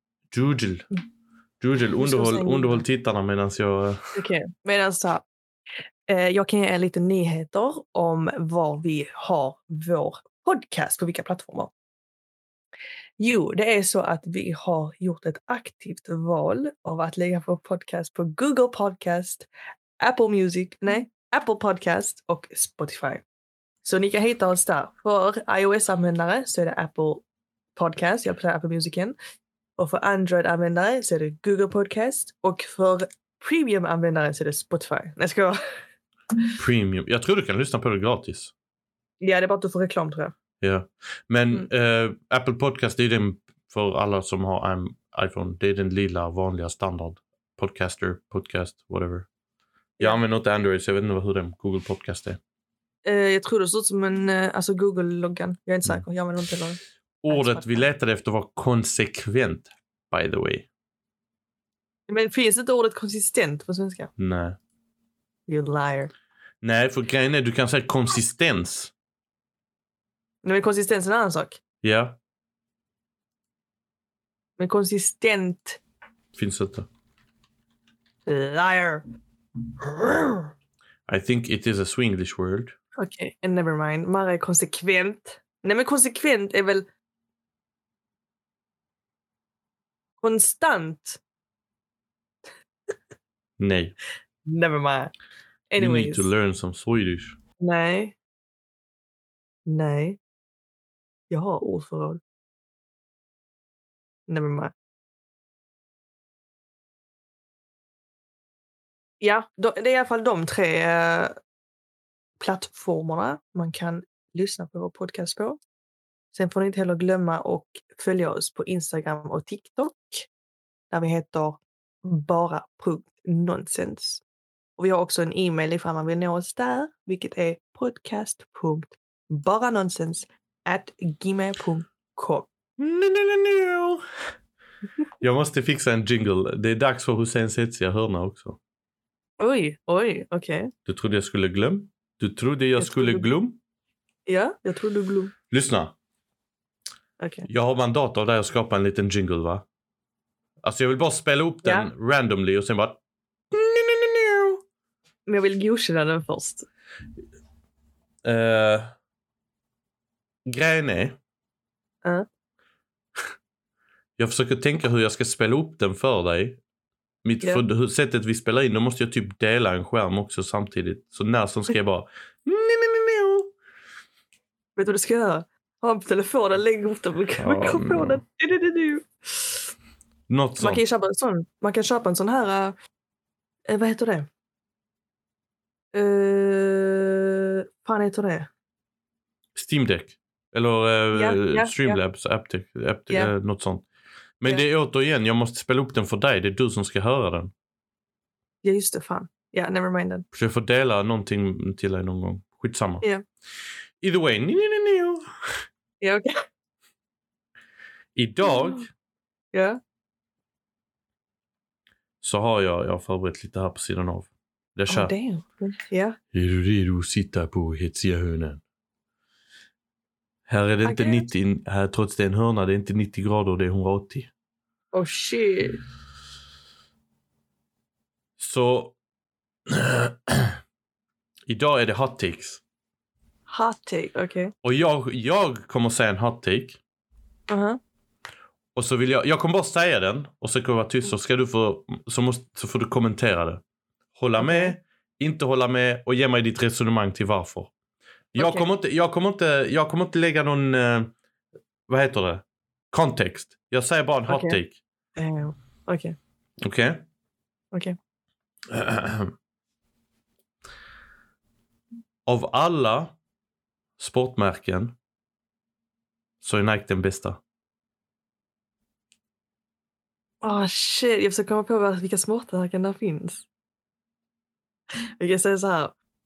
Underhåll tittarna medan jag... Okej, medan så här. Jag kan ge er lite nyheter om var vi har vår podcast, på vilka plattformar. Jo, det är så att vi har gjort ett aktivt val av att lägga vår podcast på Google Podcast, Apple Podcast och Spotify. Så ni kan hitta oss där. För iOS-användare så är det Apple Podcast, jag spelar Apple Musicen. Och för Android-användare så är det Google Podcast. Och för Premium-användare så är det Spotify. Nej, ska jag... Premium. Jag tror du kan lyssna på det gratis. Ja, det är bara att du får reklam, tror jag. Ja, men Apple Podcast, det är den för alla som har en iPhone. Det är den lilla vanliga standard. Podcast, whatever. Jag använder inte Android så jag vet inte hur den Google Podcast är. Jag tror det ser ut som en Google-loggan. Jag är inte säker. Jag använder inte den. Ordet vi letade efter var konsekvent, by the way. Men finns inte ordet konsistent på svenska? Nej. You liar. Nej, för grejen är du kan säga konsistens. Men konsistens är en annan sak. Ja. Men konsistent. Finns inte. Liar. I think it is a Swinglish word. Okej, never mind. Mara är konsekvent. Nej, men konsekvent är väl konstant. Nej. Never mind. You Anyways. need to learn some Swedish. Nej. Jag har ordförråd. Never mind. Ja, det är i alla fall de 3 plattformarna man kan lyssna på vår podcast på. Sen får ni inte heller glömma att följa oss på Instagram och TikTok. Där vi heter bara.nonsens. Och vi har också en e-mail ifall man vill nå oss där. Vilket är podcast.baranonsens@gmail.com. No. Jag måste fixa en jingle. Det är dags för Husseins hetsiga hörna också. Oj, okej. Du trodde jag skulle glöm? Du trodde jag skulle glöm? Ja, jag tror du glöm. Lyssna. Okay. Jag har mandat av dig att skapa en liten jingle, va? Alltså jag vill bara spela upp den randomly och sen bara... Men jag vill godkänna den först. Grejen är... Jag försöker tänka hur jag ska spela upp den för dig. För sättet vi spelar in, då måste jag typ dela en skärm också samtidigt. Så när som ska jag bara... Vet du vad du ska göra? Ha på telefonen, lägg upp den på mikrofonen. Något sånt. Man kan köpa en sån här... vad heter det? Fan heter det? Steam Deck. Eller Streamlabs, Aptec, något sånt. Men det är återigen, jag måste spela upp den för dig. Det är du som ska höra den. Ja, just det, fan. Ja, never mind den. Så jag får dela någonting till dig någon gång. Skitsamma. Ja. Either way. Ja, okej. Idag så har jag förberett lite här på sidan av. Det kör. Damn. Ja. Är du redo att sitta på hetsiga hörnan? Här är det inte 90, här trots det är en hörna, det är inte 90 grader, det är 180. Oh shit. Så idag är det hot takes. Hot take, okej. Och jag kommer säga en hot take. Och så vill jag kommer bara säga den och så kommer jag vara tyst, så ska du så får du kommentera det. Hålla med, inte hålla med och ge mig ditt resonemang till varför. Jag kommer inte lägga någon vad heter det? Kontext. Jag säger bara en hot take. Okej. Av alla sportmärken så är Nike den bästa. Shit, jag försöker komma på vilka sportmärken där finns. Vi kan säga så här.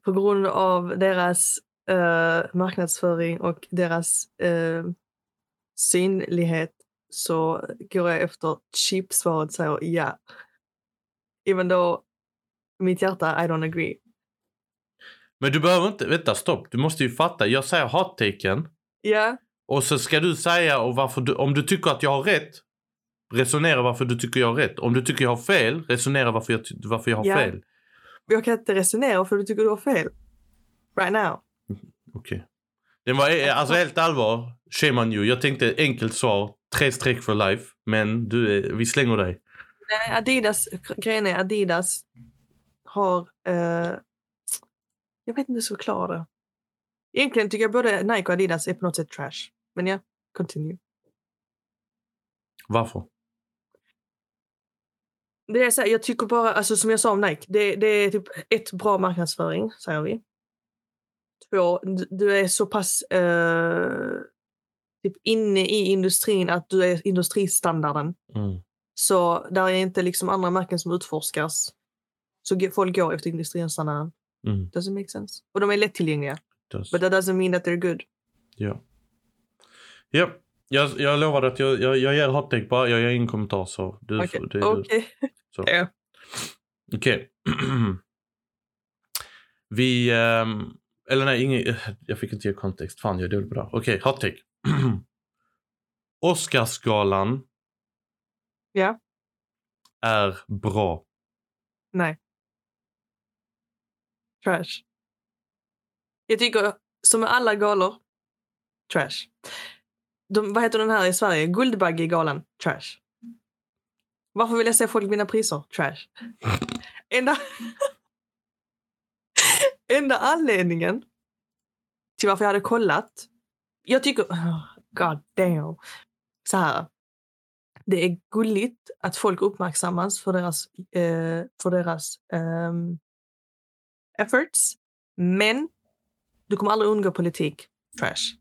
på grund av deras marknadsföring och deras synlighet så går jag efter chip-svaret, säger ja. Even though mitt hjärta, I don't agree. Men du behöver inte, vänta, stopp. Du måste ju fatta, jag säger hot-taken. Ja. Och så ska du säga och varför om du tycker att jag har rätt, resonera varför du tycker jag har rätt. Om du tycker jag har fel, resonera varför jag har fel. Jag kan inte resonera för du tycker du har fel. Right now. Okej. Det var alltså helt allvar. Shame on you. Jag tänkte enkelt svar. 3 streck for life. Men vi slänger dig. Nej, grejen är Adidas har jag vet inte hur jag ska förklara det. Egentligen tycker jag både Nike och Adidas är på något sätt trash. Men ja, continue. Varför? Det är så här, jag tycker bara, alltså som jag sa om Nike, det är typ 1, bra marknadsföring, säger vi. 2, du är så pass typ inne i industrin att du är industristandarden. Så där är inte liksom andra märken som utforskas. Så folk går efter industristandarden. Does it make sense? Och de är lättillgängliga. But that doesn't mean that they're good. Ja. Ja. Jag lovar att jag ger hot take bara. Jag ger ingen kommentar så. Okej. Okej. Vi... eller nej, jag fick inte ge kontext. Fan, jag är dålig på det. Okej, hot take. Oscarsgalan är bra. Nej. Trash. Jag tycker, som med alla galor, trash. Vad heter den här i Sverige? Guldbaggegalan, trash. Varför vill jag se folk vinna priser? Trash. Enda anledningen till varför jag hade kollat, jag tycker, god damn, så här, det är gulligt att folk uppmärksammas för deras efforts, men du kommer aldrig undgå politik. Trash.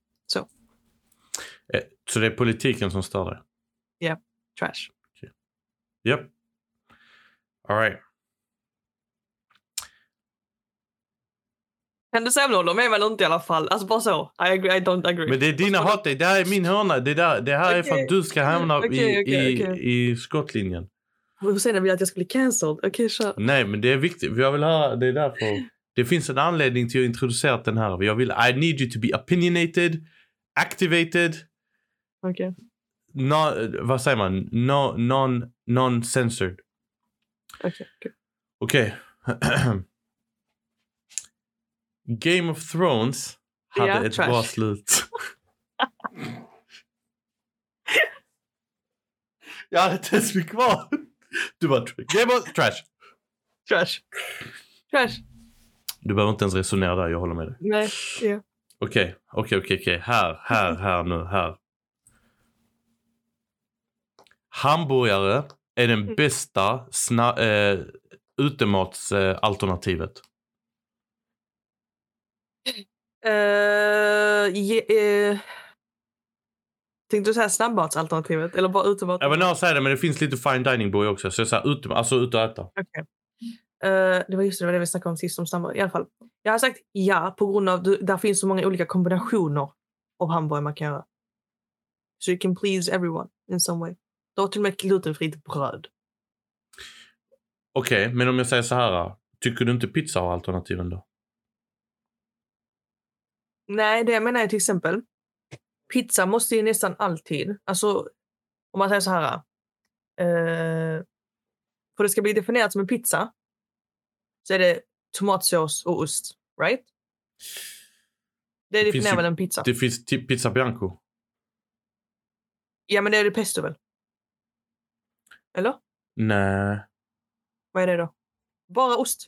Så det är politiken som står där? Ja, trash. Okay. Yep. All right. Kan du säga om de är väl inte i alla fall? Alltså bara så. I don't agree. Men det är dina hot take. Det här är min hörna. Det här är för att du ska hamna i skottlinjen. Hussein vill att jag ska bli cancelled. Okej, kör. Nej, men det är viktigt. Jag vill ha, det är därför. Det finns en anledning till att jag introducerat den här. Jag vill, I need you to be opinionated, activated. Okej. Vad säger man? Non-censored. Okej. Game of Thrones hade ett bra slut. Jag hade inte ens mycket kvar. Du bara, Game of Trash. Du behöver inte ens resonera där, jag håller med dig. Nej, ja. Okej. Här. Hamburgare är den bästa utematsalternativet. Tänkte du säga snabbmatsalternativet eller bara utemat? Jag vill nog säga det, men det finns lite fine dining burgare också. Så jag säger ut och äta. Okej. Det var det vi snackade om sist om snabbmat. I alla fall. Jag har sagt ja på grund av där finns så många olika kombinationer av hamburgare man kan göra. So you can please everyone in some way. Du har till och med glutenfritt bröd. Okej, men om jag säger så här. Tycker du inte pizza har alternativen då? Nej, det jag menar är till exempel. Pizza måste ju nästan alltid. Alltså, om man säger så här. För det ska bli definierat som en pizza. Så är det tomatsås och ost. Right? Det definierar väl en pizza. Det finns pizza bianco. Ja, men det är det pesto väl? Eller? Nej. Vad är det då? Bara ost?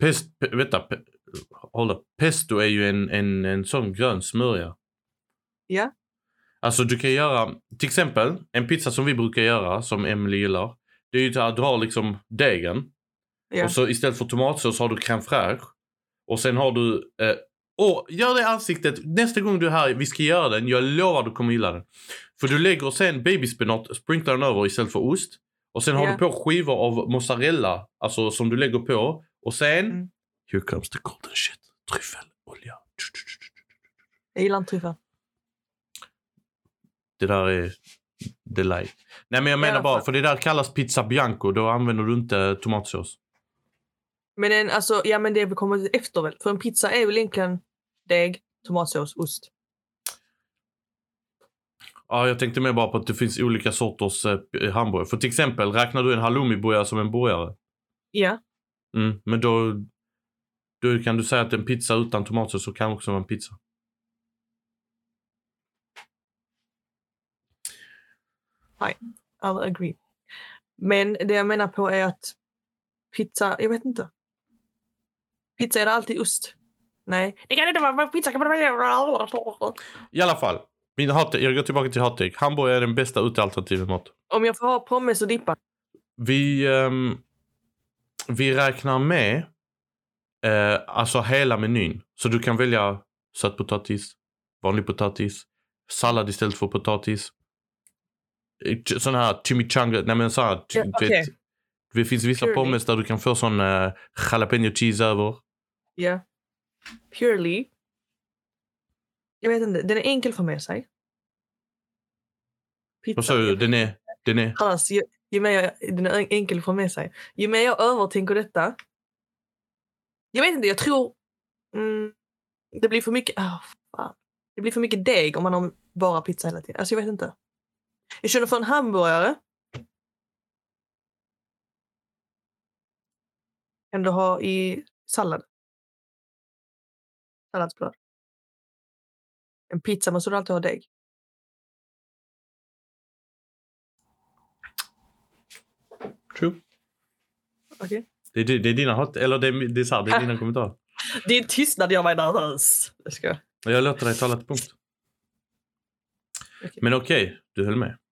Pesto är ju en sån grön smörja. Ja. Alltså du kan göra, till exempel, en pizza som vi brukar göra, som Emily gillar. Det är ju att dra liksom degen. Ja. Och så istället för tomatsås har du crème fraîche. Och sen har du, gör det i ansiktet. Nästa gång du är här, vi ska göra den. Jag lovar du kommer gilla den. För du lägger sen babyspenat, sprinklar den över istället för ost. Och sen har du på skivor av mozzarella. Alltså som du lägger på. Och sen, here comes the golden shit. Tryffelolja. Jag gillar inte tryffel. Det där är delay. Nej, men jag menar bara, för det där kallas pizza bianco. Då använder du inte tomatsås. Men men det kommer efter väl. För en pizza är väl egentligen deg, tomatsås, ost. Ja, jag tänkte mer bara på att det finns olika sorters hamburgare. För till exempel, räknar du en halloumi-burgare som en burgare? Ja. Men då kan du säga att en pizza utan tomatsås så kan också vara en pizza. I'll agree. Men det jag menar på är att pizza, jag vet inte. Pizza är det alltid ost. Nej, det kan inte vara pizza. I alla fall, jag går tillbaka till hot take. Hamburgare är den bästa utealternativet mat. Om jag får ha pommes och dippa. Vi räknar med alltså hela menyn. Så du kan välja sötpotatis, vanlig potatis, sallad istället för potatis. Sån här chimichanga, nej men så här, det finns vissa pommes där du kan få sån jalapeno cheese över. Ja. Purely. Jag vet inte, den är enkel för med sig. Pizza. Vad sa du? Den är... Alltså, ju mer den är enkel för med sig. Ju mer jag övertänker detta. Jag vet inte, jag tror det blir för mycket det blir för mycket deg om man har bara pizza hela tiden. Alltså jag vet inte. Jag känner för en hamburgare. Ändå ha i sallad. Salladsblad. En pizza måste du alltid ha deg. True. Okej. Det är dina hot, eller det är dina kommentarer. Din tystnad gör mig nervös. Jag låter dig tala till punkt. Okay. Men okej, du höll med.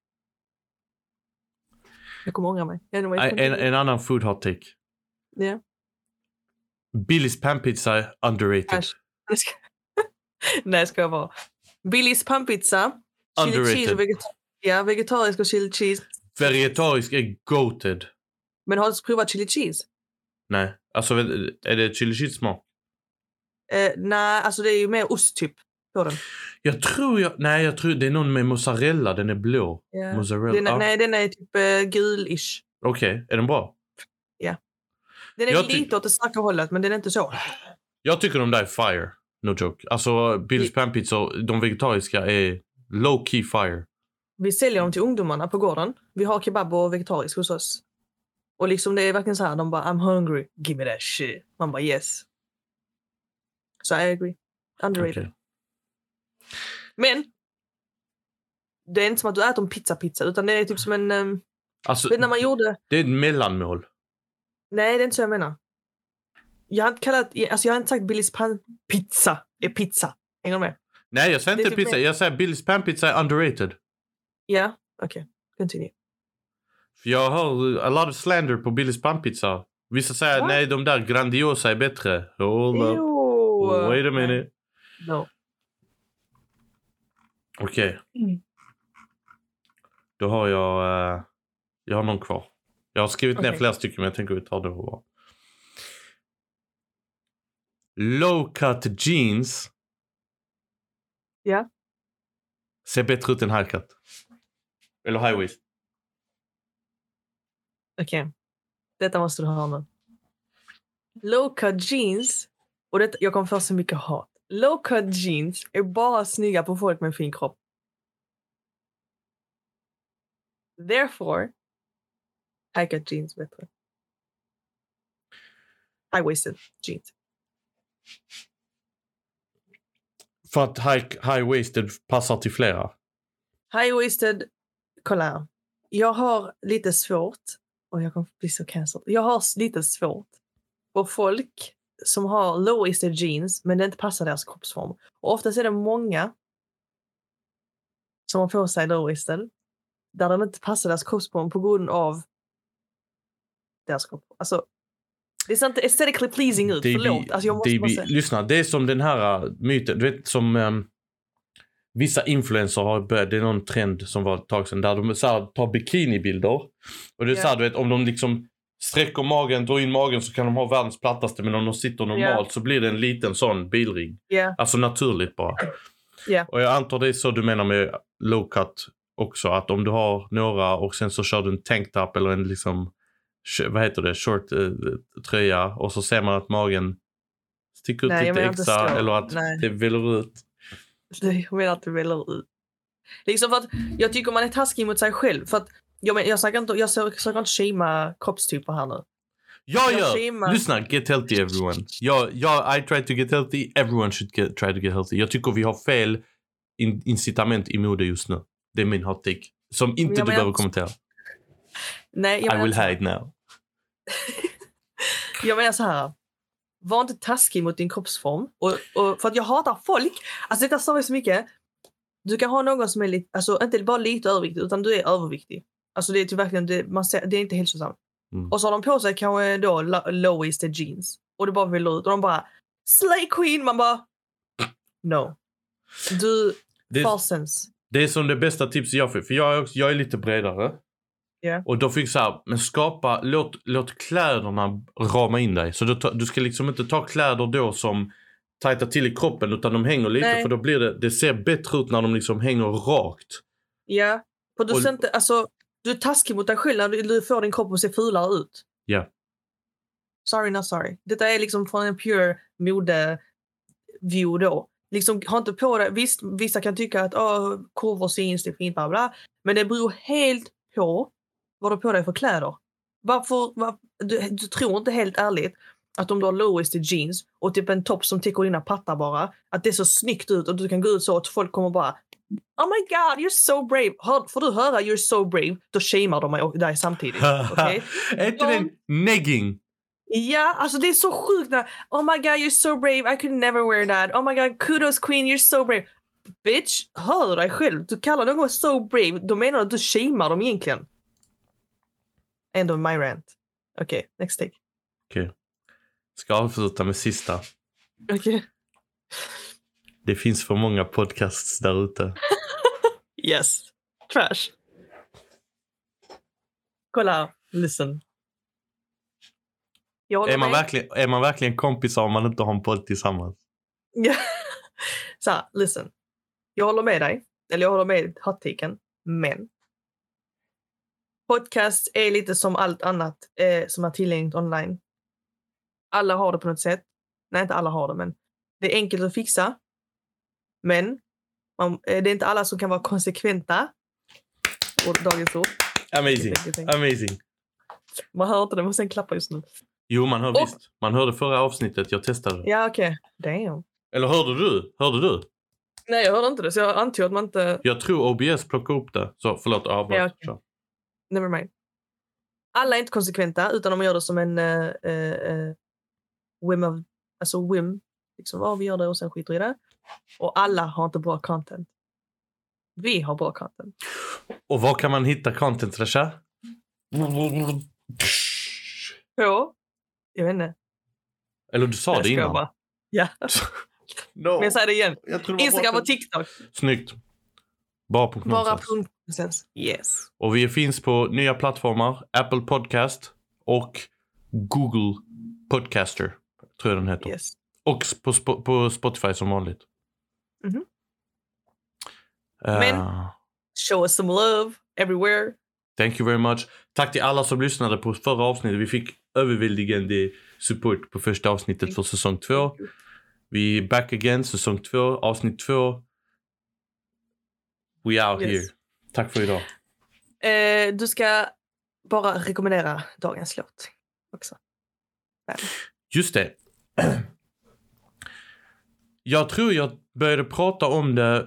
Jag kommer ångra mig. En annan food hot take. Ja. Yeah. Billys panpizza är underrated. Nej, ska jag vara. Billys panpizza. Underrated. Cheese, vegetarisk och chili cheese. Vegetarisk är goated. Men har du provat chili cheese? Nej, alltså är det chili cheese smak? Nej, alltså det är ju mer ost typ på den. Jag tror det är någon med mozzarella, den är blå. Yeah. Mozzarella. Nej, den är typ gul-ish. Okej, är den bra? Ja. Den är lite åt det starka hållet, men den är inte så. Jag tycker de där är fire. No joke. Alltså Billys panpizza, de vegetariska är low key fire. Vi säljer dem till ungdomarna på gården. Vi har kebab och vegetarisk hos oss. Och liksom det är verkligen så här, de bara I'm hungry, give me that shit. Man bara yes. Så I agree. Underrated. Okay. Men det är inte som att du äter en pizza utan det är typ som en alltså, vet när man gjorde. Det är ett mellanmål. Nej, det är inte så jag menar. Jag har inte sagt Billys panpizza är pizza. Hänger du med? Nej, jag säger inte typ pizza. Jag säger Billys panpizza är underrated. Ja, okej. Continue. För jag hör a lot of slander på Billys panpizza. Vissa säger nej, de där Grandiosa är bättre. Hold up. Wait a minute. No. Okej. Då har jag har någon kvar. Jag har skrivit ner flera stycken, men jag tänker vi tar det bara. Low cut jeans. Ja. Ser bättre ut än high cut. Eller high waist. Okej. Detta måste du ha nu. Low cut jeans. Och jag kommer få så mycket hat. Low cut jeans är bara snygga på folk med fin kropp. Therefore, high cut jeans bättre. High waisted jeans. För att high waisted passar till flera. High waisted, kolla här. Jag har lite svårt. Och jag kommer bli så cancelled. Jag har lite svårt på folk som har low-waisted jeans men det inte passar deras kroppsform. Och oftast är det många som har på sig low-waisted där de inte passar deras kroppsform på grund av deras kropp. Alltså, det ser inte aesthetically pleasing ut. Förlåt. Alltså, jag måste bara säga. Lyssna, det är som den här myten. Du vet, som vissa influencer har börjat. Det är någon trend som var ett tag sedan där de så här, tar bikinibilder. Och det är så här, du vet, om de liksom sträcker magen, drar in magen, så kan de ha världens plattaste. Men om de sitter normalt så blir det en liten sån bilring. Alltså naturligt bara. Och jag antar det är så du menar med low cut också. Att om du har några och sen så kör du en tanktop eller en liksom, vad heter det, short tröja. Och så ser man att magen sticker ut lite extra. Eller att det väller ut. Jag menar att det väller ut. Liksom för att jag tycker man är taskig mot sig själv. För att jag ska inte shama kroppstyper här nu. Lyssna, get healthy everyone. I try to get healthy. Everyone should try to get healthy. Jag tycker vi har fel incitament i mode just nu. Det är min hot take. Som inte du behöver kommentera. Nej, I will hide now. Jag menar så här. Var inte taskig mot din kroppsform. Och för att jag hatar folk. Alltså detta sa vi så mycket. Du kan ha någon som är lite, alltså inte bara lite överviktig, utan du är överviktig. Alltså det är typ verkligen, det är inte hälsosamt. Och så har de på sig kanske då low-waisted jeans. Och det bara vill ut. Och de bara, slay queen! Man bara, no. Falsens. Det är som det bästa tipset jag fick. För jag är lite bredare. Yeah. Och då fick så här, men låt kläderna rama in dig. Så du ska liksom inte ta kläder då som tajtar till i kroppen, utan de hänger lite. För då blir det ser bättre ut när de liksom hänger rakt. Ja, för du ser inte, alltså du är taskig mot dig själv när du får din kropp att se fulare ut. Ja. Yeah. Sorry, not sorry. Detta är liksom från en pure mode-view då. Liksom, ha inte på det. Visst, vissa kan tycka att kurvor syns, det är fint, bla bla. Men det beror helt på vad du har på dig för kläder. Du tror inte helt ärligt att om du har low-waisted jeans och typ en topp som täcker dina pattar bara, att det är så snyggt ut och du kan gå ut så att folk kommer bara, oh my god, you're so brave. Får du höra you're so brave, då shamear de dig samtidigt. Okay? Är inte det negging? Ja, alltså det är så sjukt när, oh my god, you're so brave, I could never wear that. Oh my god, kudos queen, you're so brave. Bitch, hör dig själv. Du kallar någon so brave, då menar du att du shamear dem egentligen. End of my rant. Okej, next take. Okej. Ska avsluta med sista. Okej. Det finns för många podcasts där ute. Yes. Trash. Kolla, listen. Är man verkligen kompisar om man inte har en podd tillsammans? Ja. Så här, listen. Jag håller med dig. Eller jag håller med hot-taken. Men podcast är lite som allt annat som är tillgängligt online. Alla har det på något sätt. Nej, inte alla har det, men det är enkelt att fixa. Men det är inte alla som kan vara konsekventa. Och dagens ord. Amazing. Man hör inte det, men sen klappar just nu. Jo, man hör visst. Man hörde förra avsnittet, jag testade. Ja, okej. Damn. Eller hörde du? Nej, jag hörde inte det, så jag antog att man inte... Jag tror OBS plockar upp det. Så förlåt, okay. Never mind. Alla är inte konsekventa, utan de gör det som en whim. Liksom, vi gör det och sen skiter i det. Och alla har inte bra content. Vi har bra content. Och var kan man hitta content, Rasha? På? Jag vet inte. Eller du sa det innan. Bara. Ja. No. Men jag säger det igen. Instagram och TikTok. Snyggt. Bara Yes. Och vi finns på nya plattformar. Apple Podcast och Google Podcaster, tror jag den heter. Yes. Och på Spotify som vanligt. Mm-hmm. Men show us some love everywhere. Thank you very much. Tack till alla som lyssnade på förra avsnittet. Vi fick överväldigande support på första avsnittet för säsong 2. Vi är back again, säsong 2, avsnitt 2. We out here. Tack för idag. Du ska bara rekommendera dagens låt också. Just det. Jag tror jag började prata om det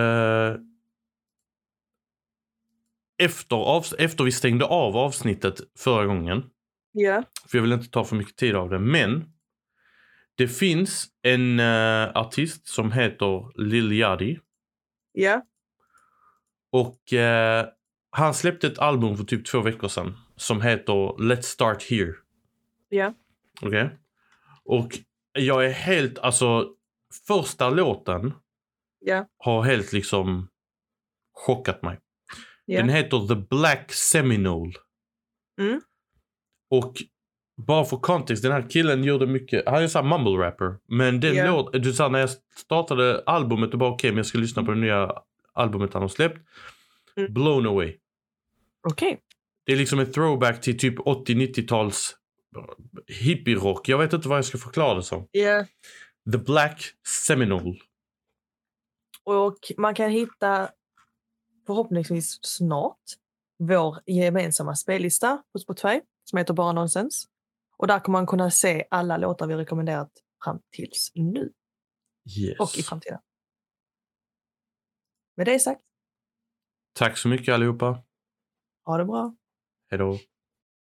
efter vi stängde av avsnittet förra gången. Ja. För jag vill inte ta för mycket tid av det. Men det finns en artist som heter Lil Yachty. Ja. Och han släppte ett album för typ 2 veckor sedan som heter Let's Start Here. Ja. Okej. Och jag är helt, alltså första låten har helt liksom chockat mig. Den heter The Black Seminole. Och bara för kontext, den här killen gjorde mycket, han är så här mumble rapper. Men den låt, du sa när jag startade albumet och bara okej, men jag ska lyssna på det nya albumet han har släppt. Blown away. Okej. Det är liksom en throwback till typ 80-90-tals hippie-rock. Jag vet inte vad jag ska förklara det som. Yeah. The Black Seminole. Och man kan hitta förhoppningsvis snart vår gemensamma spellista på Spotify som heter Bara Nonsens. Och där kommer man kunna se alla låtar vi rekommenderat fram tills nu. Yes. Och i framtiden. Med det sagt. Tack så mycket allihopa. Ha det bra. Hej då.